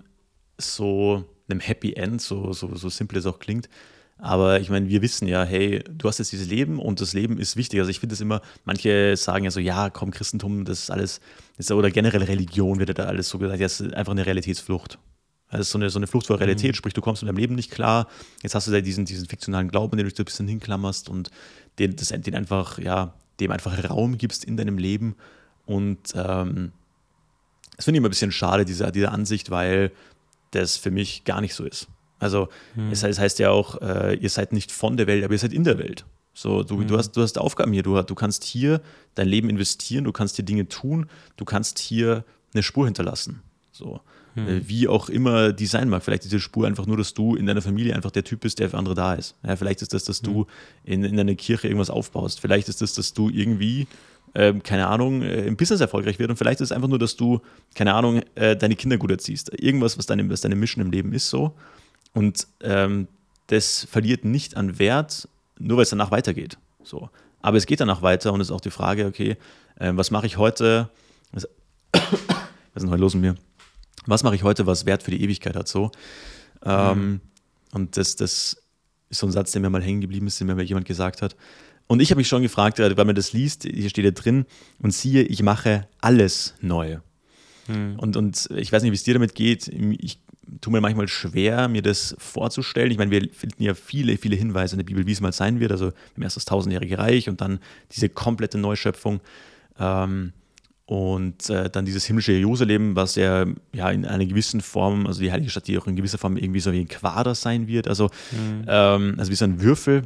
so einem Happy End, so, so, so simpel es auch klingt. Aber ich meine, wir wissen ja, hey, du hast jetzt dieses Leben und das Leben ist wichtig. Also ich finde es immer, manche sagen ja so, ja, komm, Christentum, das ist alles, das ist, oder generell Religion wird ja da alles so gesagt, ja, das ist einfach eine Realitätsflucht. Also es ist so eine, so eine Flucht vor Realität, Mhm. sprich, du kommst mit deinem Leben nicht klar, jetzt hast du da diesen, diesen fiktionalen Glauben, den du dich so ein bisschen hinklammerst und den, das, den einfach, ja, dem einfach Raum gibst in deinem Leben. Und ähm, das finde ich immer ein bisschen schade, diese, diese Ansicht, weil das für mich gar nicht so ist. Also es, Mhm. heißt- es heißt ja auch, äh, ihr seid nicht von der Welt, aber ihr seid in der Welt. So, du, du Mhm. hast, du hast Aufgaben hier, du, du kannst hier dein Leben investieren, du kannst hier Dinge tun, du kannst hier eine Spur hinterlassen. So, äh, Mhm. wie auch immer die sein mag. Vielleicht ist diese Spur einfach nur, dass du in deiner Familie einfach der Typ bist, der für andere da ist. Ja, vielleicht ist das, dass Mhm. du in, in einer Kirche irgendwas aufbaust. Vielleicht ist das, dass du irgendwie, ähm, keine Ahnung, äh, im Business erfolgreich wird. Und vielleicht ist es einfach nur, dass du, keine Ahnung, äh, deine Kinder gut erziehst. Irgendwas, was deine, was deine Mission im Leben ist, so. Und ähm, das verliert nicht an Wert, nur weil es danach weitergeht. So. Aber es geht danach weiter und es ist auch die Frage, okay, äh, was mache ich heute? Was, was ist denn heute los mit mir? Was mache ich heute, was Wert für die Ewigkeit hat? So. Mhm. Ähm, und das, das ist so ein Satz, der mir mal hängen geblieben ist, den mir mal jemand gesagt hat. Und ich habe mich schon gefragt, äh, weil man das liest, hier steht ja drin, und siehe, ich mache alles neu. Mhm. Und, und ich weiß nicht, wie es dir damit geht. Ich tue mir manchmal schwer, mir das vorzustellen. Ich meine, wir finden ja viele, viele Hinweise in der Bibel, wie es mal sein wird. Also im erst das tausendjährige Reich und dann diese komplette Neuschöpfung. Ähm, und äh, dann dieses himmlische Jerusalem, was ja, ja in einer gewissen Form, also die heilige Stadt, die auch in gewisser Form irgendwie so wie ein Quader sein wird. Also, Mhm. ähm, also wie so ein Würfel.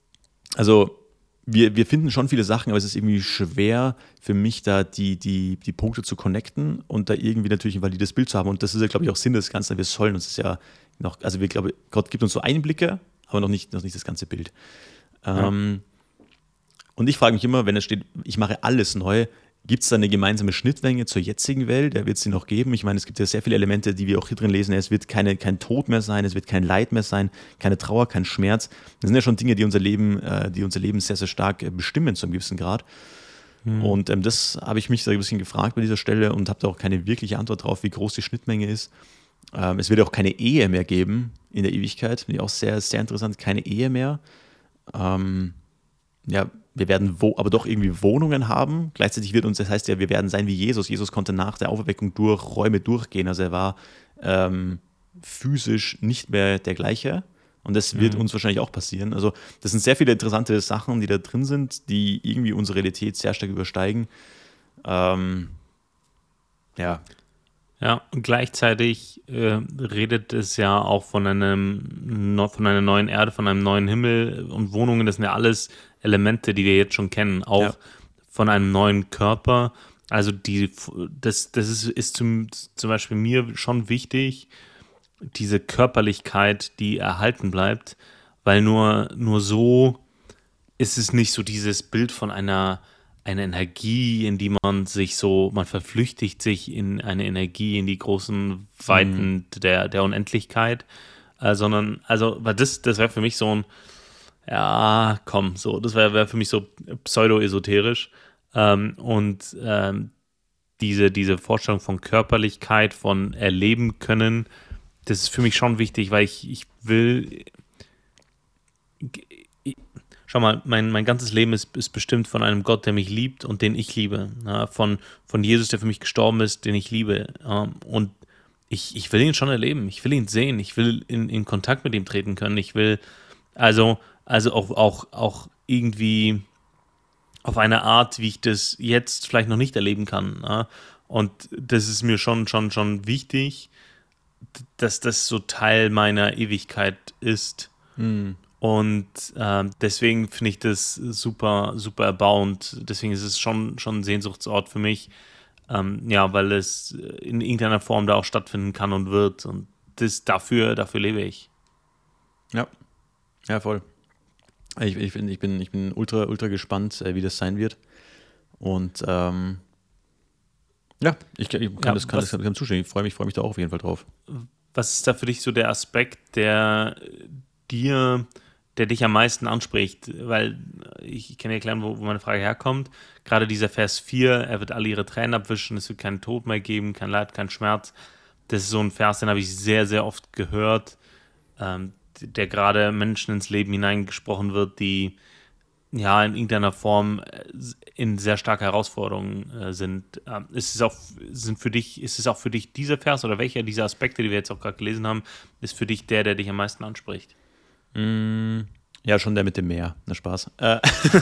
Also wir, wir finden schon viele Sachen, aber es ist irgendwie schwer für mich, da die, die, die Punkte zu connecten und da irgendwie natürlich ein valides Bild zu haben. Und das ist ja, glaube ich, auch Sinn des Ganzen. Wir sollen uns das ja noch, also wir glaube, Gott gibt uns so Einblicke, aber noch nicht, noch nicht das ganze Bild. Ja. Ähm, und ich frage mich immer, wenn es steht, ich mache alles neu, gibt es da eine gemeinsame Schnittmenge zur jetzigen Welt? Ja, wird es sie noch geben? Ich meine, es gibt ja sehr viele Elemente, die wir auch hier drin lesen. Es wird keine, kein Tod mehr sein, es wird kein Leid mehr sein, keine Trauer, kein Schmerz. Das sind ja schon Dinge, die unser Leben, äh, die unser Leben sehr, sehr stark äh, bestimmen zu einem gewissen Grad. Mhm. Und ähm, das habe ich mich so ein bisschen gefragt bei dieser Stelle und habe da auch keine wirkliche Antwort drauf, wie groß die Schnittmenge ist. Ähm, es wird auch keine Ehe mehr geben in der Ewigkeit. Finde ich auch sehr, sehr interessant. Keine Ehe mehr. Ähm, ja, wir werden wo, aber doch irgendwie Wohnungen haben. Gleichzeitig wird uns, das heißt ja, wir werden sein wie Jesus. Jesus konnte nach der Auferweckung durch Räume durchgehen. Also er war ähm, physisch nicht mehr der gleiche. Und das wird Mhm. uns wahrscheinlich auch passieren. Also das sind sehr viele interessante Sachen, die da drin sind, die irgendwie unsere Realität sehr stark übersteigen. Ähm, ja, Ja, und gleichzeitig äh, redet es ja auch von einem, no- von einer neuen Erde, von einem neuen Himmel und Wohnungen. Das sind ja alles Elemente, die wir jetzt schon kennen. ja, Auch von einem neuen Körper. Also die, das, das ist, ist zum, zum Beispiel mir schon wichtig, diese Körperlichkeit, die erhalten bleibt, weil nur, nur so ist es nicht so dieses Bild von einer, einer Energie, in die man sich so, man verflüchtigt sich in eine Energie, in die großen mm, Weiten der, der Unendlichkeit, äh, sondern, also, weil das, das wäre für mich so ein, ja, komm, so, das wäre wär für mich so pseudo-esoterisch. Ähm, und ähm, diese, diese Vorstellung von Körperlichkeit, von erleben können, das ist für mich schon wichtig, weil ich, ich will, schau mal, mein, mein ganzes Leben ist, ist bestimmt von einem Gott, der mich liebt und den ich liebe. Ja, von, von Jesus, der für mich gestorben ist, den ich liebe. Ja, und ich, ich will ihn schon erleben, ich will ihn sehen, ich will in, in Kontakt mit ihm treten können, ich will also, also auch, auch, auch irgendwie auf eine Art, wie ich das jetzt vielleicht noch nicht erleben kann. Ja? Und das ist mir schon, schon, schon wichtig, dass das so Teil meiner Ewigkeit ist. Hm. Und ähm, deswegen finde ich das super, super erbauend. Deswegen ist es schon, schon ein Sehnsuchtsort für mich. Ähm, ja, weil es in irgendeiner Form da auch stattfinden kann und wird. Und das, dafür, dafür lebe ich. Ja, ja, voll. Ich, ich, bin, ich, bin, ich bin ultra, ultra gespannt, äh, wie das sein wird. Und ähm, ja, ich, ich kann, Ja, das, kann was- das kann zustimmen. Ich freue mich, freue mich da auch auf jeden Fall drauf. Was ist da für dich so der Aspekt, der dir, der dich am meisten anspricht? Weil ich, ich kann dir erklären, wo, wo meine Frage herkommt. Gerade dieser Vers vier, er wird alle ihre Tränen abwischen, es wird keinen Tod mehr geben, kein Leid, kein Schmerz. Das ist so ein Vers, den habe ich sehr, sehr oft gehört, ähm, der gerade Menschen ins Leben hineingesprochen wird, die ja in irgendeiner Form äh, in sehr starke Herausforderungen äh, sind. Ähm, ist es auch, sind für dich, ist es auch für dich dieser Vers oder welcher dieser Aspekte, die wir jetzt auch gerade gelesen haben, ist für dich der, der dich am meisten anspricht? Mm, ja, schon der mit dem Meer. Na, Spaß. Äh,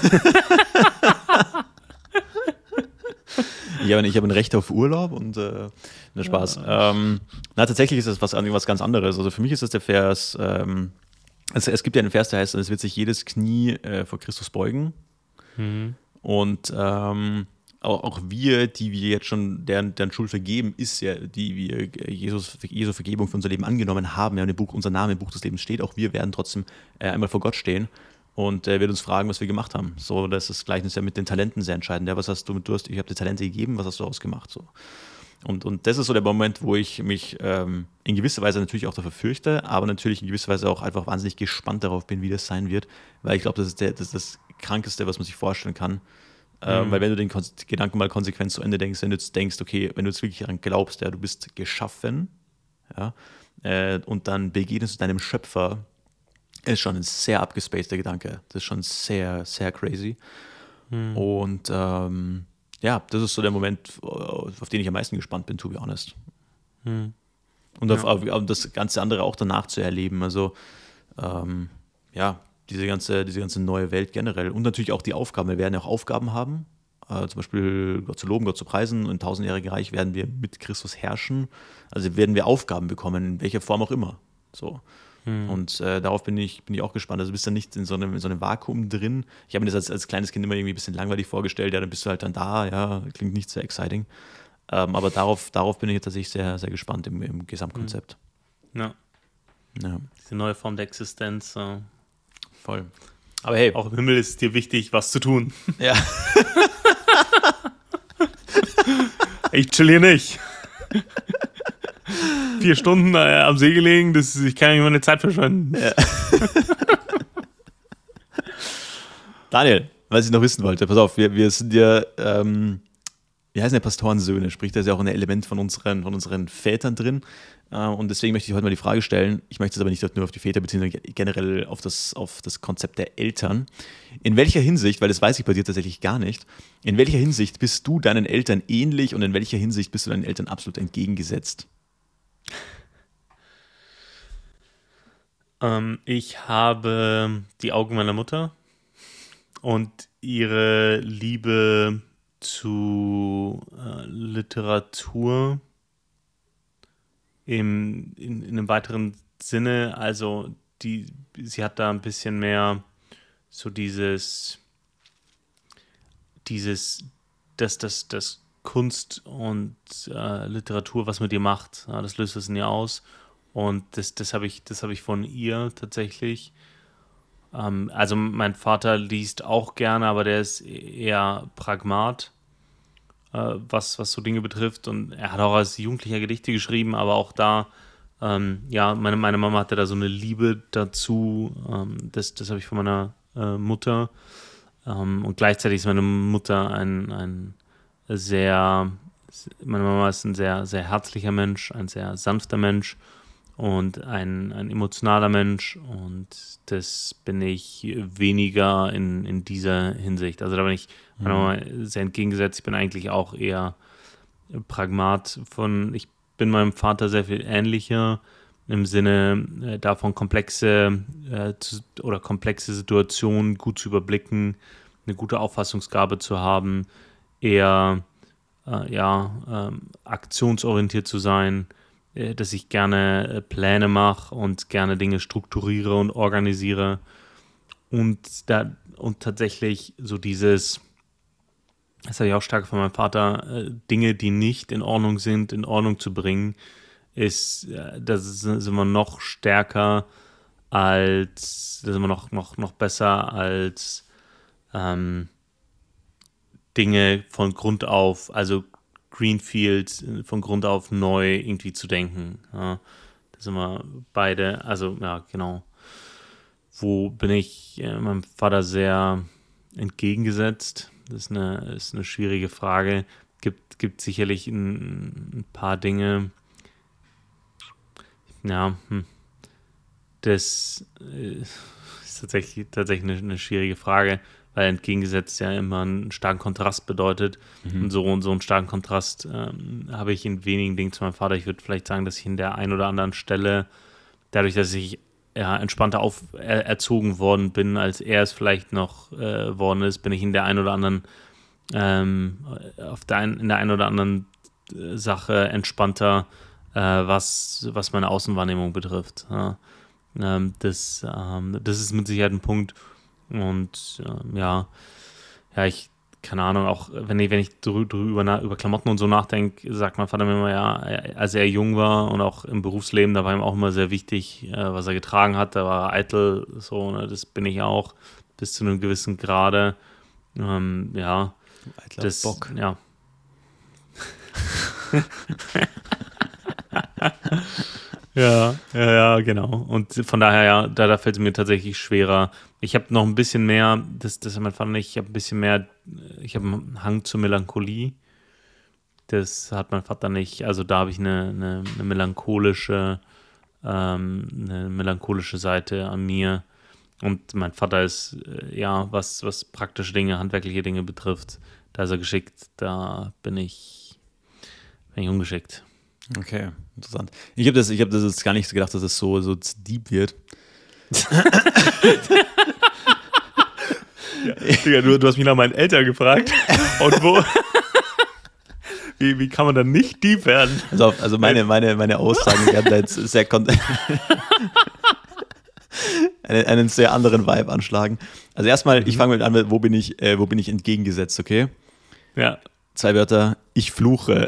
ich habe ich hab ein Recht auf Urlaub und äh, na, Spaß. Ähm, na, tatsächlich ist das was, was ganz anderes. Also für mich ist das der Vers, ähm, also es gibt ja einen Vers, der heißt, es wird sich jedes Knie äh, vor Christus beugen. Mhm. Und ähm, auch, auch wir, die wir jetzt schon deren, deren Schuld vergeben, ist ja, die wir Jesus, Jesu Vergebung für unser Leben angenommen haben, ja, in dem Buch, unser Name im Buch des Lebens steht, auch wir werden trotzdem äh, einmal vor Gott stehen und er wird uns fragen, was wir gemacht haben. So, das ist das Gleichnis ja mit den Talenten sehr entscheidend. Ja, was hast du mit Durst? Ich habe dir Talente gegeben, was hast du ausgemacht? So. Und, und das ist so der Moment, wo ich mich ähm, in gewisser Weise natürlich auch dafür fürchte, aber natürlich in gewisser Weise auch einfach wahnsinnig gespannt darauf bin, wie das sein wird, weil ich glaube, das ist der, das ist das Krankeste, was man sich vorstellen kann. Ähm, Mhm. weil wenn du den Kon Gedanken mal konsequent zu Ende denkst, wenn du jetzt denkst, okay, wenn du jetzt wirklich daran glaubst, ja, du bist geschaffen, ja, äh, und dann begegnest du deinem Schöpfer, ist schon ein sehr abgespaceter Gedanke. Das ist schon sehr, sehr crazy. Mhm. Und ähm, ja, das ist so der Moment, auf den ich am meisten gespannt bin, to be honest. Mhm. Und auf, Ja. auf, auf das ganze andere auch danach zu erleben. Also ähm, ja, diese ganze, diese ganze neue Welt generell. Und natürlich auch die Aufgaben. Wir werden ja auch Aufgaben haben. Äh, zum Beispiel Gott zu loben, Gott zu preisen. Im tausendjährigen Reich werden wir mit Christus herrschen. Also werden wir Aufgaben bekommen, in welcher Form auch immer. So. Mhm. Und äh, darauf bin ich, bin ich auch gespannt. Also du bist dann nicht in so einem, in so einem Vakuum drin. Ich habe mir das als, als kleines Kind immer irgendwie ein bisschen langweilig vorgestellt. Ja, dann bist du halt dann da. Ja, klingt nicht sehr exciting. Ähm, aber darauf, darauf bin ich tatsächlich sehr, sehr gespannt im, im Gesamtkonzept. Ja. Ja, Diese neue Form der Existenz. Äh, voll. Aber hey, auch im Himmel ist es dir wichtig, was zu tun. ja. Ich chill hier nicht. Vier Stunden äh, am See gelegen, das, ich kann nicht meine Zeit verschwenden. Ja. Daniel, was ich noch wissen wollte, pass auf, wir, wir sind ja, ähm, wir heißen ja Pastorensöhne, sprich, da ist ja auch ein Element von unseren, von unseren Vätern drin. Äh, und deswegen möchte ich heute mal die Frage stellen, ich möchte es aber nicht nur auf die Väter beziehen, sondern generell auf das, auf das Konzept der Eltern. In welcher Hinsicht, weil das weiß ich bei dir tatsächlich gar nicht, in welcher Hinsicht bist du deinen Eltern ähnlich und in welcher Hinsicht bist du deinen Eltern absolut entgegengesetzt? Ähm, ich habe die Augen meiner Mutter und ihre Liebe zu äh, Literatur im, in, in einem weiteren Sinne. Also die, sie hat da ein bisschen mehr so dieses, dieses, dass das, das Kunst und äh, Literatur, was mit ihr macht, ja, das löst es in ihr aus. Und das, das habe ich, das habe ich von ihr tatsächlich. Ähm, also mein Vater liest auch gerne, aber der ist eher Pragmat, äh, was, was so Dinge betrifft. Und er hat auch als Jugendlicher Gedichte geschrieben, aber auch da, ähm, ja, meine, meine Mama hatte da so eine Liebe dazu. Ähm, das das habe ich von meiner äh, Mutter. Ähm, und gleichzeitig ist meine Mutter ein, ein sehr, Meine Mama ist ein sehr, sehr herzlicher Mensch, ein sehr sanfter Mensch und ein, ein emotionaler Mensch, und das bin ich weniger in, in dieser Hinsicht. Also da bin ich meiner Mama sehr entgegengesetzt. Ich bin eigentlich auch eher Pragmat von, ich bin meinem Vater sehr viel ähnlicher im Sinne äh, davon, komplexe äh, zu, oder komplexe Situationen gut zu überblicken, eine gute Auffassungsgabe zu haben, eher äh, ja, ähm, aktionsorientiert zu sein, äh, dass ich gerne äh, Pläne mache und gerne Dinge strukturiere und organisiere, und da und tatsächlich so dieses, das habe ich auch stark von meinem Vater, äh, Dinge, die nicht in Ordnung sind, in Ordnung zu bringen, ist, äh, da sind sind wir noch stärker als, da sind wir noch, noch, noch besser als ähm, Dinge von Grund auf, also Greenfield äh, von Grund auf neu irgendwie zu denken. Ja, da sind wir beide, also ja, genau. Wo bin ich äh, meinem Vater sehr entgegengesetzt? Das ist eine, ist eine schwierige Frage. Gibt, gibt sicherlich ein, ein paar Dinge. Ja, hm. Das äh, ist tatsächlich, tatsächlich eine, eine schwierige Frage, weil entgegengesetzt ja immer einen starken Kontrast bedeutet. Mhm. Und so und so einen starken Kontrast ähm, habe ich in wenigen Dingen zu meinem Vater. Ich würde vielleicht sagen, dass ich in der einen oder anderen Stelle, dadurch, dass ich ja, entspannter auf, er, erzogen worden bin, als er es vielleicht noch äh, worden ist, bin ich in der einen oder anderen ähm, auf der ein, in der einen oder anderen äh, Sache entspannter, äh, was, was meine Außenwahrnehmung betrifft. Ja. Ähm, das, ähm, das ist mit Sicherheit ein Punkt. Und ähm, ja, ja, ich, keine Ahnung, auch wenn ich, wenn ich drü drüber na, über Klamotten und so nachdenke, sagt mein Vater mir immer, ja, als er jung war und auch im Berufsleben, da war ihm auch immer sehr wichtig, äh, was er getragen hat. Da war er eitel, so, ne, das bin ich auch bis zu einem gewissen Grade. Ähm, ja, Eitler das, Bock. ja. Ja, ja, ja, genau. Und von daher, ja, da, da fällt es mir tatsächlich schwerer. Ich habe noch ein bisschen mehr, das, das hat mein Vater nicht, ich habe ein bisschen mehr, ich habe einen Hang zur Melancholie. Das hat mein Vater nicht. Also da habe ich eine, eine, eine melancholische, ähm, eine melancholische Seite an mir. Und mein Vater ist, äh, ja, was, was praktische Dinge, handwerkliche Dinge betrifft, da ist er geschickt, da bin ich, bin ich ungeschickt. Okay, interessant. Ich habe das, ich hab das jetzt gar nicht so gedacht, dass es so, so deep wird. Ja, Digga, du, du hast mich nach meinen Eltern gefragt. Und wo? Wie, wie kann man dann nicht deep werden? Also, auf, also meine, meine, meine Aussagen werden da jetzt sehr kon- einen, einen sehr anderen Vibe anschlagen. Also erstmal, ich fange mit an, wo bin ich, äh, wo bin ich entgegengesetzt, okay? Ja. Zwei Wörter, ich fluche.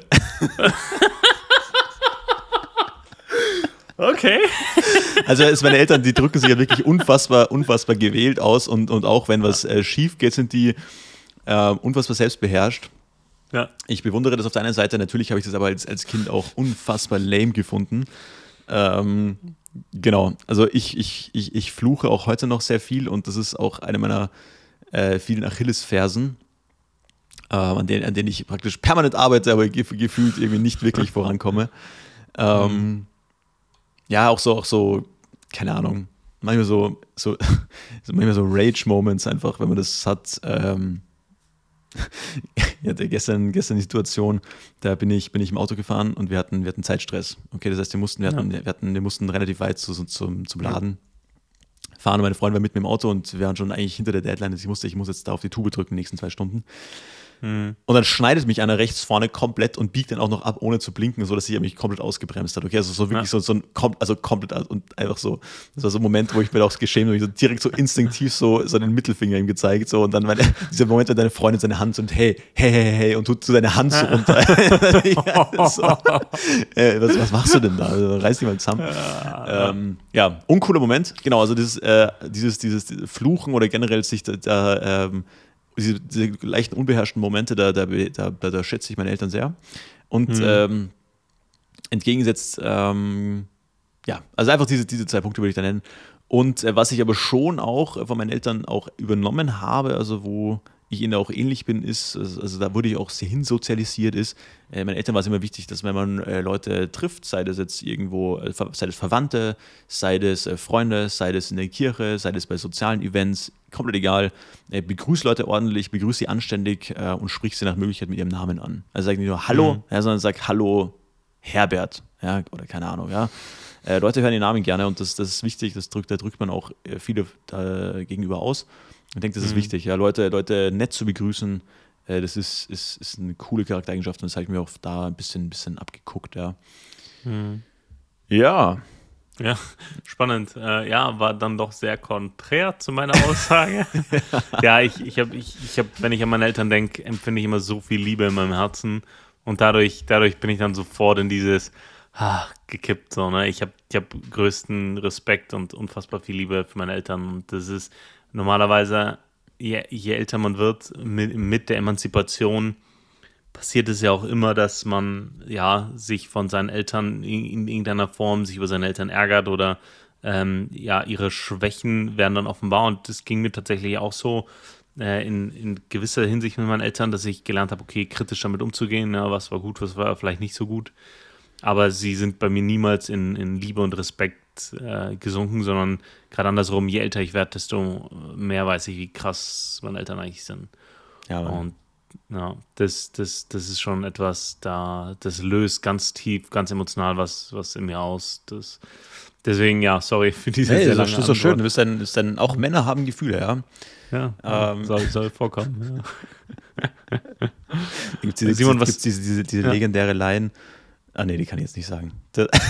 Okay. Also es, meine Eltern, die drücken sich ja wirklich unfassbar, unfassbar gewählt aus, und, und auch wenn was äh, schief geht, sind die äh, unfassbar selbstbeherrscht. Ja. Ich bewundere das auf der einen Seite, natürlich habe ich das aber als, als Kind auch unfassbar lame gefunden. Ähm, genau, also ich, ich, ich, ich fluche auch heute noch sehr viel, und das ist auch eine meiner äh, vielen Achillesfersen, äh, an, denen, an denen ich praktisch permanent arbeite, aber gef- gefühlt irgendwie nicht wirklich vorankomme. Ähm, mhm. Ja, auch so, auch so, keine Ahnung, manchmal so, so, so manchmal so Rage-Moments einfach, wenn man das hat. Ähm, ich hatte gestern, gestern die Situation, da bin ich, bin ich im Auto gefahren und wir hatten, wir hatten Zeitstress. Okay, das heißt, wir mussten, wir hatten, ja. wir hatten, wir mussten relativ weit zu, zum, zum Laden fahren, und meine Freundin war mit mir im Auto und wir waren schon eigentlich hinter der Deadline. Ich musste, ich muss jetzt da auf die Tube drücken, die nächsten zwei Stunden. Mhm. Und dann schneidet mich einer rechts vorne komplett und biegt dann auch noch ab, ohne zu blinken, so dass sie mich komplett ausgebremst hat. Okay, also so wirklich ja. so, so ein, also komplett, und einfach so, das war so ein Moment, wo ich mir auch geschämt habe, ich so direkt so instinktiv so, so den Mittelfinger ihm gezeigt, so, und dann meine, dieser Moment, wenn deine Freundin seine Hand so, und hey, hey, hey, hey, und tut so deine Hand so runter. ja, so, äh, was, was machst du denn da? Also, reiß dich mal zusammen. Ja, ähm, ja, uncooler Moment, genau, also dieses, äh, dieses, dieses Fluchen oder generell sich da, da ähm, Diese, diese leichten unbeherrschten Momente, da, da, da, da schätze ich meine Eltern sehr. Und mhm. ähm, entgegengesetzt, ähm, ja, also einfach diese, diese zwei Punkte würde ich da nennen. Und äh, was ich aber schon auch von meinen Eltern auch übernommen habe, also wo ich ihnen auch ähnlich bin, ist, also da wurde ich auch sehr hinsozialisiert, ist, äh, meinen Eltern war es immer wichtig, dass wenn man äh, Leute trifft, sei das jetzt irgendwo, äh, sei das Verwandte, sei das äh, Freunde, sei das in der Kirche, sei das bei sozialen Events, komplett egal, äh, begrüß Leute ordentlich, begrüß sie anständig äh, und sprich sie nach Möglichkeit mit ihrem Namen an. Also sag nicht nur Hallo, mhm. ja, sondern sag Hallo Herbert, ja, oder keine Ahnung, ja. Äh, Leute hören die Namen gerne und das, das ist wichtig, das drückt, da drückt man auch äh, viele äh, gegenüber aus. Ich denke, das ist mhm. wichtig, ja, Leute, Leute nett zu begrüßen, äh, das ist, ist, ist eine coole Charaktereigenschaft und das habe ich mir auch da ein bisschen, ein bisschen abgeguckt, ja. Mhm. Ja. Ja, spannend. Äh, ja, war dann doch sehr konträr zu meiner Aussage. ja, ich, ich habe, ich, ich hab, wenn ich an meine Eltern denke, empfinde ich immer so viel Liebe in meinem Herzen und dadurch, dadurch bin ich dann sofort in dieses ah, gekippt. So, ne? Ich habe ich hab größten Respekt und unfassbar viel Liebe für meine Eltern und das ist normalerweise, je, je älter man wird, mit, mit der Emanzipation passiert es ja auch immer, dass man ja sich von seinen Eltern in, in irgendeiner Form sich über seine Eltern ärgert oder ähm, ja, ihre Schwächen werden dann offenbar und das ging mir tatsächlich auch so äh, in, in gewisser Hinsicht mit meinen Eltern, dass ich gelernt habe, okay, kritisch damit umzugehen, ja, was war gut, was war vielleicht nicht so gut, aber sie sind bei mir niemals in, in Liebe und Respekt äh, gesunken, sondern gerade andersrum, je älter ich werde, desto mehr weiß ich, wie krass meine Eltern eigentlich sind. Ja, und ja, das, das, das ist schon etwas, da, das löst ganz tief, ganz emotional was, was in mir aus. Das, deswegen, ja, sorry für diese hey, sehr das lange ist so schön. Du bist dann, bist dann, auch Männer haben Gefühle, ja. Ja, ähm. soll, soll vorkommen. Ja. Gibt es diese, diese, diese, diese ja. legendäre Line? Ah, nee, die kann ich jetzt nicht sagen.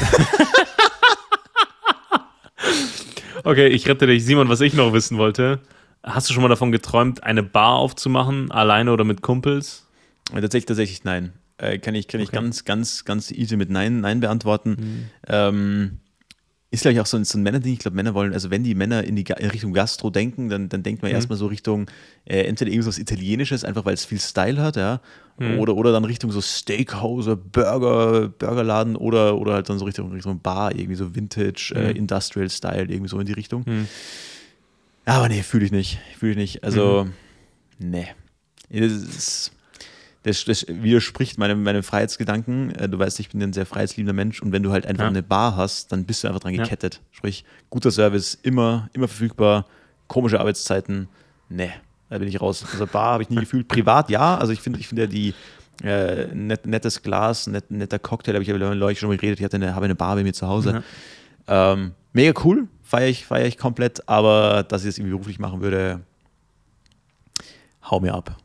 Okay, ich rette dich. Simon, was ich noch wissen wollte. Hast du schon mal davon geträumt, eine Bar aufzumachen, alleine oder mit Kumpels? Tatsächlich, tatsächlich nein. Äh, kann ich, kann ich okay. ganz, ganz, ganz easy mit Nein, Nein beantworten. Mhm. Ähm, ist, glaube ich, auch so ein, so ein Männerding. Ich glaube, Männer wollen, also wenn die Männer in die in Richtung Gastro denken, dann, dann denkt man mhm. erstmal so Richtung äh, entweder irgendwas Italienisches, einfach weil es viel Style hat, ja, mhm. oder, oder dann Richtung so Steakhouse, Burger, Burgerladen oder, oder halt dann so Richtung, Richtung Bar, irgendwie so Vintage, mhm. äh, Industrial Style, irgendwie so in die Richtung. Mhm. Aber nee, fühle ich nicht. Fühle ich nicht. Also, mhm. nee. Das, ist, das, das widerspricht meinem, meinem Freiheitsgedanken. Du weißt, ich bin ein sehr freiheitsliebender Mensch und wenn du halt einfach ja. eine Bar hast, dann bist du einfach dran gekettet. Ja. Sprich, guter Service, immer, immer verfügbar, komische Arbeitszeiten. Nee, da bin ich raus. Also Bar habe ich nie gefühlt. Privat, ja. Also ich finde ich find ja die äh, net, nettes Glas, net, netter Cocktail, habe ich ja neulich schon mal geredet. Ich hatte eine, habe eine Bar bei mir zu Hause. Ja. Ähm, mega cool. Feiere ich, feier ich komplett, aber dass ich das irgendwie beruflich machen würde, hau mir ab.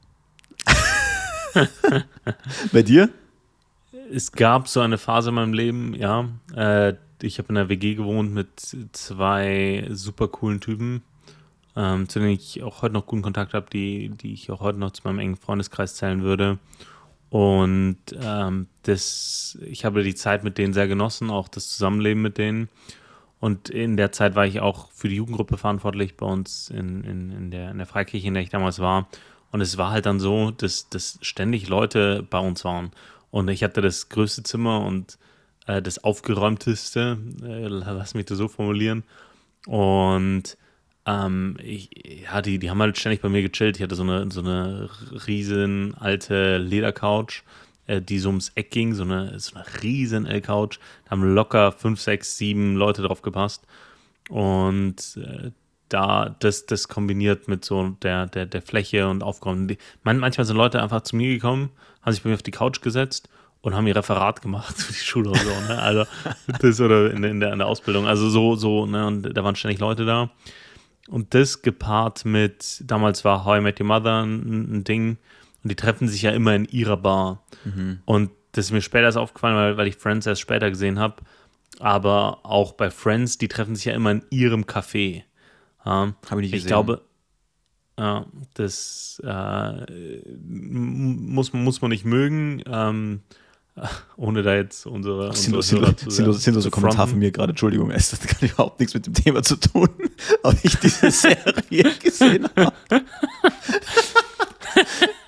Bei dir? Es gab so eine Phase in meinem Leben, ja. Äh, ich habe in einer W G gewohnt mit zwei super coolen Typen, ähm, zu denen ich auch heute noch guten Kontakt habe, die, die ich auch heute noch zu meinem engen Freundeskreis zählen würde. Und ähm, das, ich habe die Zeit mit denen sehr genossen, auch das Zusammenleben mit denen. Und in der Zeit war ich auch für die Jugendgruppe verantwortlich bei uns in, in, in, der, in der Freikirche, in der ich damals war. Und es war halt dann so, dass, dass ständig Leute bei uns waren. Und ich hatte das größte Zimmer und äh, das aufgeräumteste, äh, lass mich das so formulieren. Und ähm, ich, ja, die, die haben halt ständig bei mir gechillt. Ich hatte so eine, so eine riesen alte Ledercouch, die so ums Eck ging, so eine, so eine riesen L-Couch. Da haben locker fünf, sechs, sieben Leute drauf gepasst. Und äh, da das, das kombiniert mit so der, der, der Fläche und Aufkommen. Die, man, manchmal sind Leute einfach zu mir gekommen, haben sich bei mir auf die Couch gesetzt und haben ihr Referat gemacht für die Schule oder so. Ne? Also das oder in, in, der, in der Ausbildung. Also so, so, ne? Und da waren ständig Leute da. Und das gepaart mit, damals war How I Met Your Mother ein, ein Ding. Und die treffen sich ja immer in ihrer Bar. Mhm. Und das ist mir später erst aufgefallen, weil, weil ich Friends erst später gesehen habe. Aber auch bei Friends, die treffen sich ja immer in ihrem Café. Ja, habe ich nicht gesehen. Ich glaube, ja, das äh, muss, muss man nicht mögen. Ähm, ohne da jetzt unsere, unsere Sinnlos, sinnlos, sinnlose Kommentar von mir gerade, Entschuldigung, es hat gar überhaupt nichts mit dem Thema zu tun, ob ich diese Serie gesehen habe.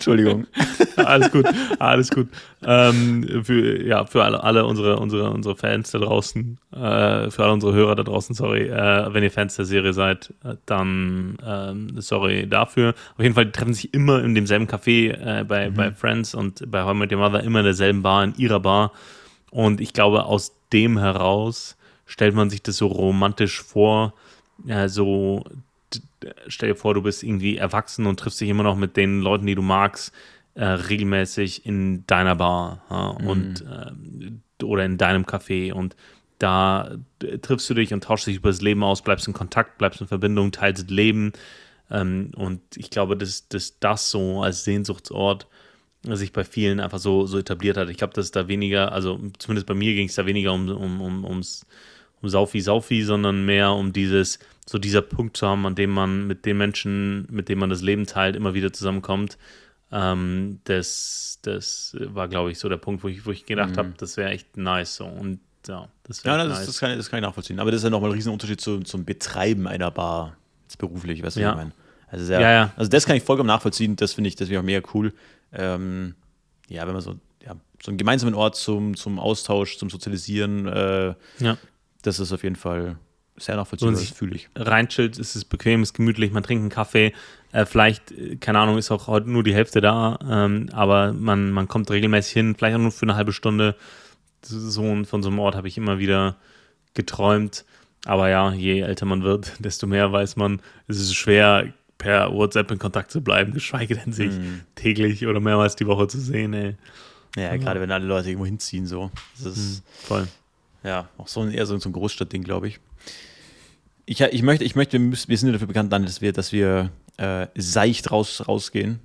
Entschuldigung. Alles gut, alles gut. Ähm, für, ja, für alle, alle unsere, unsere, unsere Fans da draußen, äh, für alle unsere Hörer da draußen, sorry, äh, wenn ihr Fans der Serie seid, äh, dann ähm, sorry dafür. Auf jeden Fall, die treffen sich immer in demselben Café äh, bei, mhm. bei Friends und bei How I Met Your Mother immer in derselben Bar, in ihrer Bar. Und ich glaube, aus dem heraus stellt man sich das so romantisch vor, ja, so stell dir vor, du bist irgendwie erwachsen und triffst dich immer noch mit den Leuten, die du magst, äh, regelmäßig in deiner Bar ja, mhm. und äh, oder in deinem Café und da äh, triffst du dich und tauschst dich über das Leben aus, bleibst in Kontakt, bleibst in Verbindung, teilst Leben ähm, und ich glaube, dass, dass das so als Sehnsuchtsort sich bei vielen einfach so, so etabliert hat. Ich glaube, dass da weniger, also zumindest bei mir ging es da weniger um, um, um, ums um Saufi, Saufi, sondern mehr um dieses, so dieser Punkt zu haben, an dem man mit den Menschen, mit denen man das Leben teilt, immer wieder zusammenkommt. Ähm, das, das war, glaube ich, so der Punkt, wo ich, wo ich gedacht mhm. habe, das wäre echt nice. So. Und ja, das wäre Ja, das, nice. das, kann, das kann ich nachvollziehen. Aber das ist ja nochmal ein Riesenunterschied zu, zum Betreiben einer Bar, jetzt beruflich, weißt du, ja. was ich meine? Also, sehr, ja, ja. also das kann ich vollkommen nachvollziehen, das finde ich, das wäre auch mega cool. Ähm, ja, wenn man so, ja, so einen gemeinsamen Ort zum, zum Austausch, zum Sozialisieren, äh, ja. das ist auf jeden Fall sehr nachvollziehbar, das fühle ich. Reinchillt, ist es bequem, ist gemütlich, man trinkt einen Kaffee, äh, vielleicht, keine Ahnung, ist auch heute nur die Hälfte da, ähm, aber man, man kommt regelmäßig hin, vielleicht auch nur für eine halbe Stunde. So, von so einem Ort habe ich immer wieder geträumt, aber ja, je älter man wird, desto mehr weiß man, es ist schwer, per WhatsApp in Kontakt zu bleiben, geschweige denn sich mm. täglich oder mehrmals die Woche zu sehen, ey. Ja, ja, gerade wenn alle Leute irgendwo hinziehen, so. Das ist mm, voll. Ja, auch so ein, eher so ein Großstadtding, glaube ich. Ich, ich möchte, ich möchte, wir, müssen, wir sind ja dafür bekannt, dass wir, dass wir äh, seicht raus, rausgehen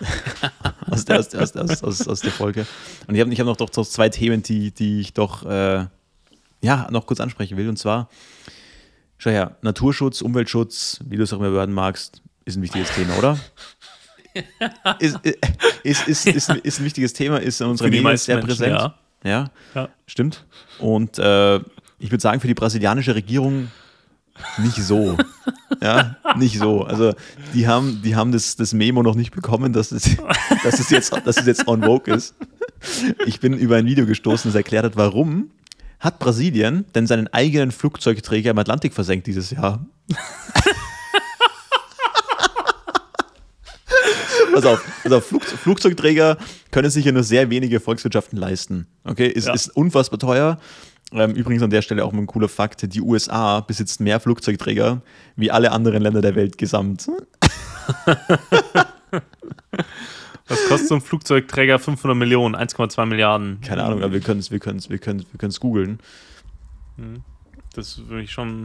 aus, der, aus, aus, aus, aus, aus der Folge. Und ich habe ich hab noch doch so zwei Themen, die, die ich doch äh, ja, noch kurz ansprechen will. Und zwar, schau her, Naturschutz, Umweltschutz, wie du es auch immer werden magst, ist ein wichtiges Thema, oder? ist, ist, ist, ist, ist ein wichtiges Thema, ist in unserer Medien sehr Menschen, präsent. Ja. Ja, ja, stimmt. Und äh, ich würde sagen, für die brasilianische Regierung nicht so. Ja, nicht so. Also die haben, die haben das, das Memo noch nicht bekommen, dass es, dass, es jetzt, dass es jetzt on vogue ist. Ich bin über ein Video gestoßen, das erklärt hat, warum hat Brasilien denn seinen eigenen Flugzeugträger im Atlantik versenkt dieses Jahr? Pass auf, pass auf Flug, Flugzeugträger können sich ja nur sehr wenige Volkswirtschaften leisten. Okay, ist, ja. ist unfassbar teuer. Ähm, übrigens an der Stelle auch mal ein cooler Fakt: Die U S A besitzt mehr Flugzeugträger wie alle anderen Länder der Welt gesamt. Was kostet so ein Flugzeugträger? fünfhundert Millionen, eins Komma zwei Milliarden. Keine Ahnung, aber wir können es wir können's, wir können's, wir können's googeln. Das würde ich schon.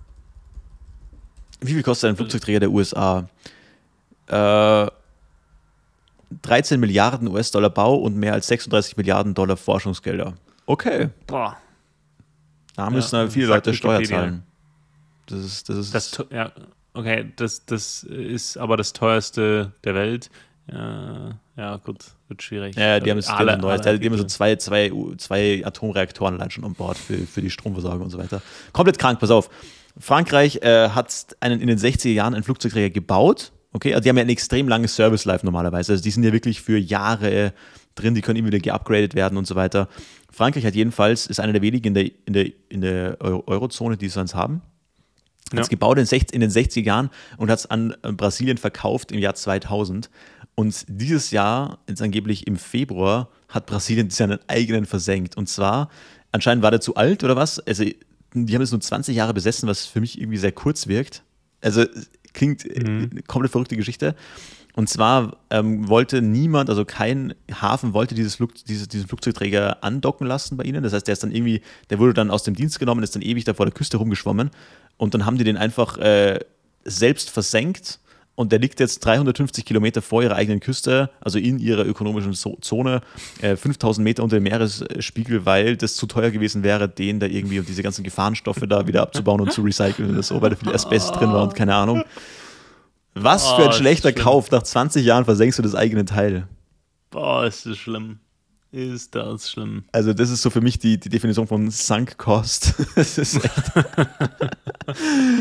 Wie viel kostet ein Flugzeugträger der U S A? Äh. dreizehn Milliarden U S-Dollar Bau und mehr als sechsunddreißig Milliarden Dollar Forschungsgelder. Okay. Boah. Da müssen ja, viele Leute Steuer zahlen. Das ist, das ist das, ja, okay, das, das ist aber das teuerste der Welt. Ja, ja gut, wird schwierig. Ja, die haben es alle, alle die haben so zwei, zwei, zwei Atomreaktoren allein schon an Bord für, für die Stromversorgung und so weiter. Komplett krank, pass auf. Frankreich äh, hat einen, in den sechziger Jahren einen Flugzeugträger gebaut. Okay, also die haben ja ein extrem langes Service-Life normalerweise. Also die sind ja wirklich für Jahre drin, die können immer wieder geupgradet werden und so weiter. Frankreich hat jedenfalls, ist einer der wenigen in der, in der, in der Eurozone, die es sonst haben. Hat es ja. gebaut in den sechziger Jahren und hat es an Brasilien verkauft im Jahr zweitausend. Und dieses Jahr, jetzt angeblich im Februar, hat Brasilien seinen eigenen versenkt. Und zwar, anscheinend war der zu alt oder was? Also die haben es nur zwanzig Jahre besessen, was für mich irgendwie sehr kurz wirkt. Also klingt mhm. eine komplett verrückte Geschichte. Und zwar ähm, wollte niemand, also kein Hafen wollte dieses Flug, diese, diesen Flugzeugträger andocken lassen bei ihnen. Das heißt, der ist dann irgendwie, der wurde dann aus dem Dienst genommen, ist dann ewig da vor der Küste rumgeschwommen. Und dann haben die den einfach äh, selbst versenkt. Und der liegt jetzt dreihundertfünfzig Kilometer vor ihrer eigenen Küste, also in ihrer ökonomischen Zone, äh, fünftausend Meter unter dem Meeresspiegel, weil das zu teuer gewesen wäre, den da irgendwie und diese ganzen Gefahrenstoffe da wieder abzubauen und zu recyceln oder so, weil da viel Asbest drin war und keine Ahnung. Was für ein oh, schlechter Kauf. Nach zwanzig Jahren versenkst du das eigene Teil. Boah, ist das schlimm. Ist das schlimm. Also das ist so für mich die, die Definition von Sunk Cost. Das ist echt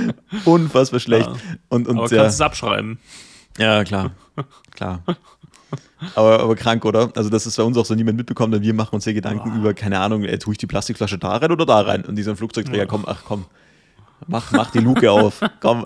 unfassbar schlecht. Ja. Und, und, aber ja. kannst du es abschreiben. Ja, klar. Klar. Aber, aber krank, oder? Also, dass es bei uns auch so niemand mitbekommt und wir machen uns hier Gedanken Wow. über, keine Ahnung, äh, tue ich die Plastikflasche da rein oder da rein? Und dieser Flugzeugträger, komm, ach komm, mach, mach die Luke auf, komm.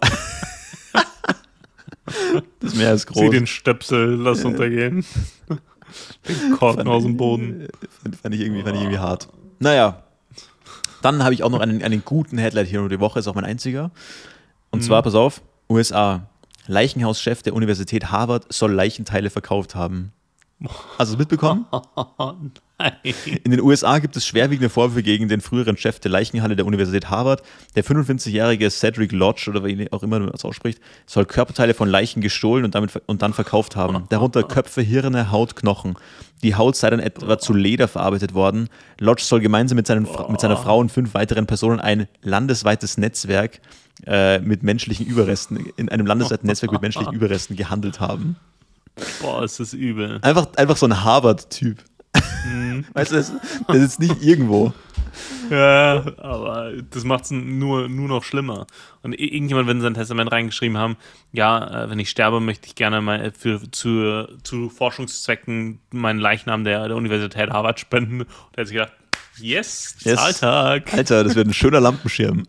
Das Meer ist Zieh groß. den Stöpsel, lass untergehen. Den Korken aus dem Boden. Fand, fand, ich irgendwie, fand ich irgendwie hart. Naja, dann habe ich auch noch einen, einen guten Headline-Hero die Woche, ist auch mein einziger. Und Mhm. zwar, pass auf, U S A. Leichenhauschef der Universität Harvard soll Leichenteile verkauft haben. Hast du es mitbekommen? Oh, nein. In den U S A gibt es schwerwiegende Vorwürfe gegen den früheren Chef der Leichenhalle der Universität Harvard. Der fünfundfünfzigjährige Cedric Lodge, oder wie auch immer man das ausspricht, soll Körperteile von Leichen gestohlen und, damit, und dann verkauft haben. Darunter Köpfe, Hirne, Haut, Knochen. Die Haut sei dann etwa zu Leder verarbeitet worden. Lodge soll gemeinsam mit, seinen, mit seiner Frau und fünf weiteren Personen ein landesweites Netzwerk äh, mit menschlichen Überresten, in einem landesweiten Netzwerk mit menschlichen Überresten gehandelt haben. Boah, ist das übel. Einfach, einfach so ein Harvard-Typ. Mhm. Weißt du, das, das ist nicht irgendwo. Ja, aber das macht es nur, nur noch schlimmer. Und irgendjemand wird in sein Testament reingeschrieben haben, ja, äh, wenn ich sterbe, möchte ich gerne mal für, zu, zu Forschungszwecken meinen Leichnam der, der Universität Harvard spenden. Und er hat sich gedacht, yes, Yes. Zahltag. Alter, das wird ein schöner Lampenschirm.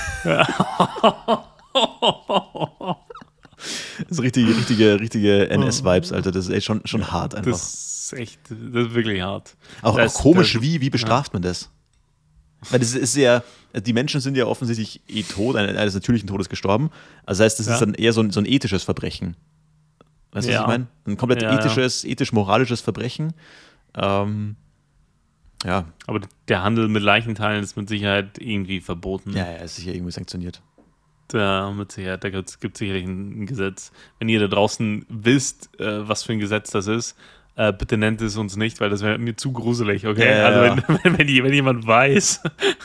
Das ist richtige, richtige, richtige N S-Vibes, Alter. Das ist echt schon, schon hart einfach. Das ist echt, das ist wirklich hart. Auch, das, auch komisch, das, wie, wie bestraft man das? Weil das ist ja, die Menschen sind ja offensichtlich eh tot, eines natürlichen Todes gestorben. Also das heißt, das Ja. ist dann eher so ein, so ein ethisches Verbrechen. Weißt du, Ja. was ich meine? Ein komplett Ja, ja. ethisches, ethisch-moralisches Verbrechen. Ähm, ja. Aber der Handel mit Leichenteilen ist mit Sicherheit irgendwie verboten. ja, ja, ist sicher irgendwie sanktioniert. Da, mit Sicherheit, da gibt es sicherlich ein, ein Gesetz. Wenn ihr da draußen wisst, äh, was für ein Gesetz das ist, äh, bitte nennt es uns nicht, weil das wäre mir zu gruselig, okay? Ja, ja, also ja. wenn, wenn, wenn, wenn jemand weiß,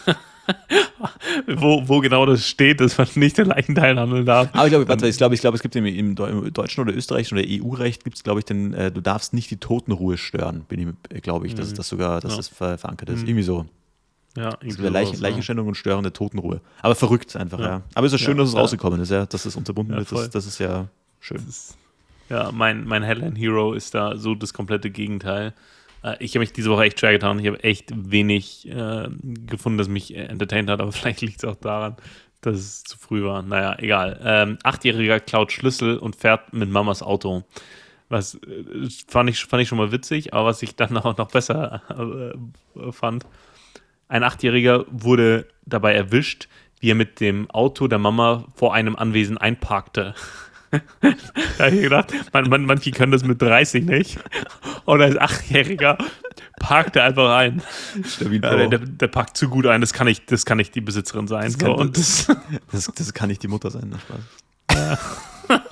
wo, wo genau das steht, dass man nicht in Leichenteil handeln darf. Aber ich glaube, warte, ich glaube, ich glaube, es gibt im, im Deu- im deutschen oder österreichischen oder E U-Recht gibt es, glaube ich, den, äh, du darfst nicht die Totenruhe stören, bin ich, glaube ich, dass Mhm. das sogar, dass Ja. das ver verankert ist. Mhm. Irgendwie so. Ja, Es irgendwie gibt ja Leichen, sowas, Leichenschändung und Störung der Totenruhe. Aber verrückt einfach, ja. Ja. Aber es ist schön, Ja, dass es ja. rausgekommen ist, ja, dass es unterbunden Ja, wird. voll. Das, das ist ja schön. Das ist, ja, mein, mein Headline Hero ist da so das komplette Gegenteil. Äh, ich habe mich diese Woche echt schwer getan. Ich habe echt wenig äh, gefunden, das mich entertained hat, aber vielleicht liegt es auch daran, dass es zu früh war. Naja, egal. Ähm, Achtjähriger klaut Schlüssel und fährt mit Mamas Auto. Was äh, fand, ich, fand ich schon mal witzig, aber was ich dann auch noch besser äh, fand, ein Achtjähriger wurde dabei erwischt, wie er mit dem Auto der Mama vor einem Anwesen einparkte. Da habe ich gedacht, man, man, manche können das mit dreißig nicht. Und als Achtjähriger parkt er einfach ein. Stabil, Ja, der, der, der parkt zu gut ein, das kann nicht, das kann nicht die Besitzerin sein. Das So, kann- und das, Das, das kann nicht die Mutter sein, ne Spaß.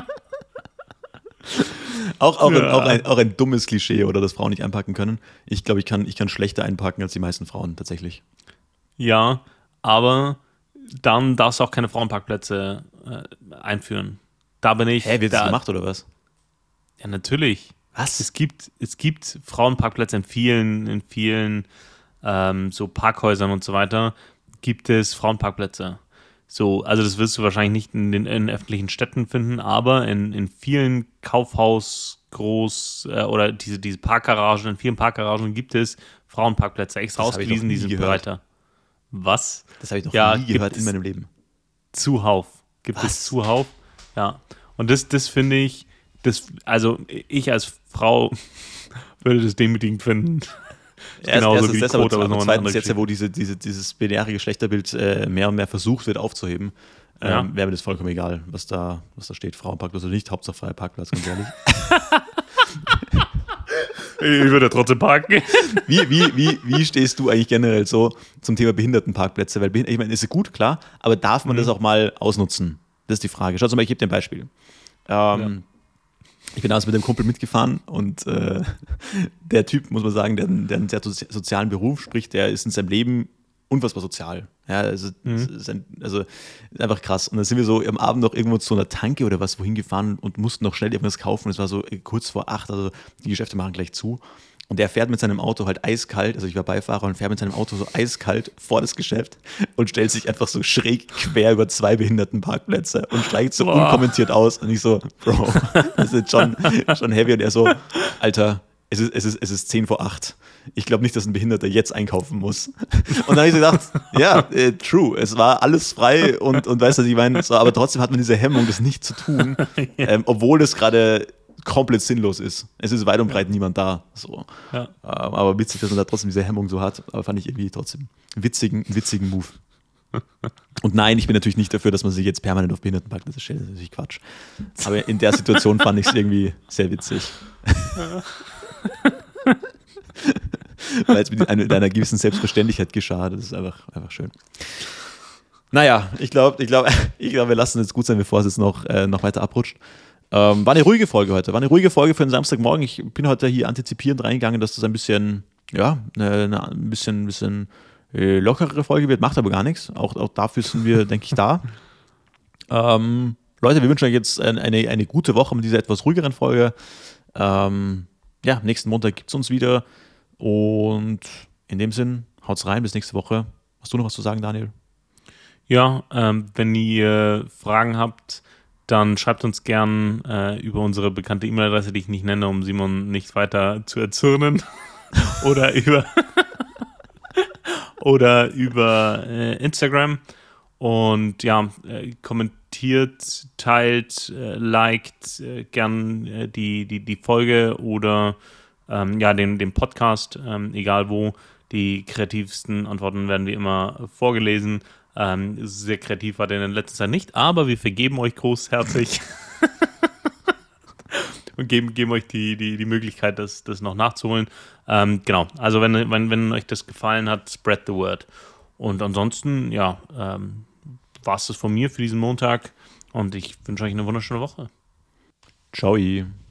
auch, auch, ein, Ja. auch, ein, auch ein dummes Klischee, oder dass Frauen nicht einpacken können. Ich glaube, ich kann, ich kann schlechter einpacken als die meisten Frauen tatsächlich. ja, aber dann darfst du auch keine Frauenparkplätze äh, einführen. Da bin ich. Hä, wird da, das gemacht oder was? Ja, natürlich. Was? Es gibt, es gibt Frauenparkplätze in vielen, in vielen ähm, so Parkhäusern und so weiter, gibt es Frauenparkplätze. So, also das wirst du wahrscheinlich nicht in den in öffentlichen Städten finden, aber in, in vielen Kaufhaus, Groß- äh, oder diese, diese Parkgaragen, in vielen Parkgaragen gibt es Frauenparkplätze extra Das hab ich ausgewiesen, noch nie die sind gehört. breiter. Was? Das habe ich noch Ja, nie gibt gehört es- in meinem Leben. Zuhauf. Gibt Was? es Zuhauf? Ja. Und das, das finde ich, das, also ich als Frau würde das demütigend finden. Erst, Genauso erstens wie die das, aber Quote, aber aber noch eine zweitens andere jetzt, ja, wo diese, diese, dieses binäre Geschlechterbild äh, mehr und mehr versucht wird aufzuheben, ähm, Ja. wäre mir das vollkommen egal, was da, was da steht. Frauenparkplatz oder nicht, Hauptsache freier Parkplatz, ganz ehrlich. Ich würde trotzdem parken. Wie, wie, wie, wie stehst du eigentlich generell so zum Thema Behindertenparkplätze? Weil, behind- ich meine, ist ja gut, klar, aber darf man Mhm. das auch mal ausnutzen? Das ist die Frage. Schau mal, ich gebe dir ein Beispiel. Ähm, Ich bin damals mit dem Kumpel mitgefahren und äh, der Typ, muss man sagen, der, der einen sehr sozi- sozialen Beruf spricht, der ist in seinem Leben unfassbar sozial. Ja, also, Mhm. es ist ein, also ist einfach krass. Und dann sind wir so am Abend noch irgendwo zu einer Tanke oder was wohin gefahren und mussten noch schnell irgendwas kaufen. Es war so äh, kurz vor acht, also die Geschäfte machen gleich zu. Und der fährt mit seinem Auto halt eiskalt, also ich war Beifahrer und fährt mit seinem Auto so eiskalt vor das Geschäft und stellt sich einfach so schräg quer über zwei Behindertenparkplätze und steigt so Boah. unkommentiert aus. Und ich so, Bro, das ist schon, schon heavy. Und er so, Alter, es ist, es ist, es ist zehn vor acht. Ich glaube nicht, dass ein Behinderter jetzt einkaufen muss. Und dann habe ich so gedacht, ja, äh, true, es war alles frei und, und weißt du, was ich meine, so, aber trotzdem hat man diese Hemmung, das nicht zu tun, ähm, obwohl es gerade komplett sinnlos ist. Es ist weit und breit niemand da. So. Ja. Ähm, aber witzig, dass man da trotzdem diese Hemmung so hat. Aber fand ich irgendwie trotzdem einen witzigen, einen witzigen Move. Und nein, ich bin natürlich nicht dafür, dass man sich jetzt permanent auf Behindertenparkplätze stellt. Das ist natürlich Quatsch. Aber in der Situation fand ich es irgendwie sehr witzig. Weil es mit einer, einer gewissen Selbstverständlichkeit geschah. Das ist einfach, einfach schön. Naja, ich glaube, ich glaub, ich glaub, wir lassen es gut sein, bevor es jetzt noch, äh, noch weiter abrutscht. Ähm, war eine ruhige Folge heute. War eine ruhige Folge für den Samstagmorgen. Ich bin heute hier antizipierend reingegangen, dass das ein bisschen, ja, eine, eine, ein bisschen, bisschen äh, lockerere Folge wird. Macht aber gar nichts. Auch, auch dafür sind wir, denke ich, da. Ähm, Leute, wir wünschen euch jetzt eine, eine gute Woche mit dieser etwas ruhigeren Folge. Ähm, ja, nächsten Montag gibt es uns wieder. Und in dem Sinn, haut's rein. Bis nächste Woche. Hast du noch was zu sagen, Daniel? Ja, ähm, wenn ihr Fragen habt, dann schreibt uns gern äh, über unsere bekannte E-Mail-Adresse, die ich nicht nenne, um Simon nicht weiter zu erzürnen. oder über oder über äh, Instagram. Und ja, äh, kommentiert, teilt, äh, liked äh, gern äh, die, die, die Folge oder ähm, ja, den, den Podcast, ähm, egal wo. Die kreativsten Antworten werden wie immer vorgelesen. Ähm, sehr kreativ war der in letzter Zeit nicht, aber wir vergeben euch großherzig und geben, geben euch die, die, die Möglichkeit, das, das noch nachzuholen. Ähm, genau, also wenn, wenn, wenn euch das gefallen hat, spread the word. Und ansonsten, ja, ähm, war es das von mir für diesen Montag und ich wünsche euch eine wunderschöne Woche. Ciao.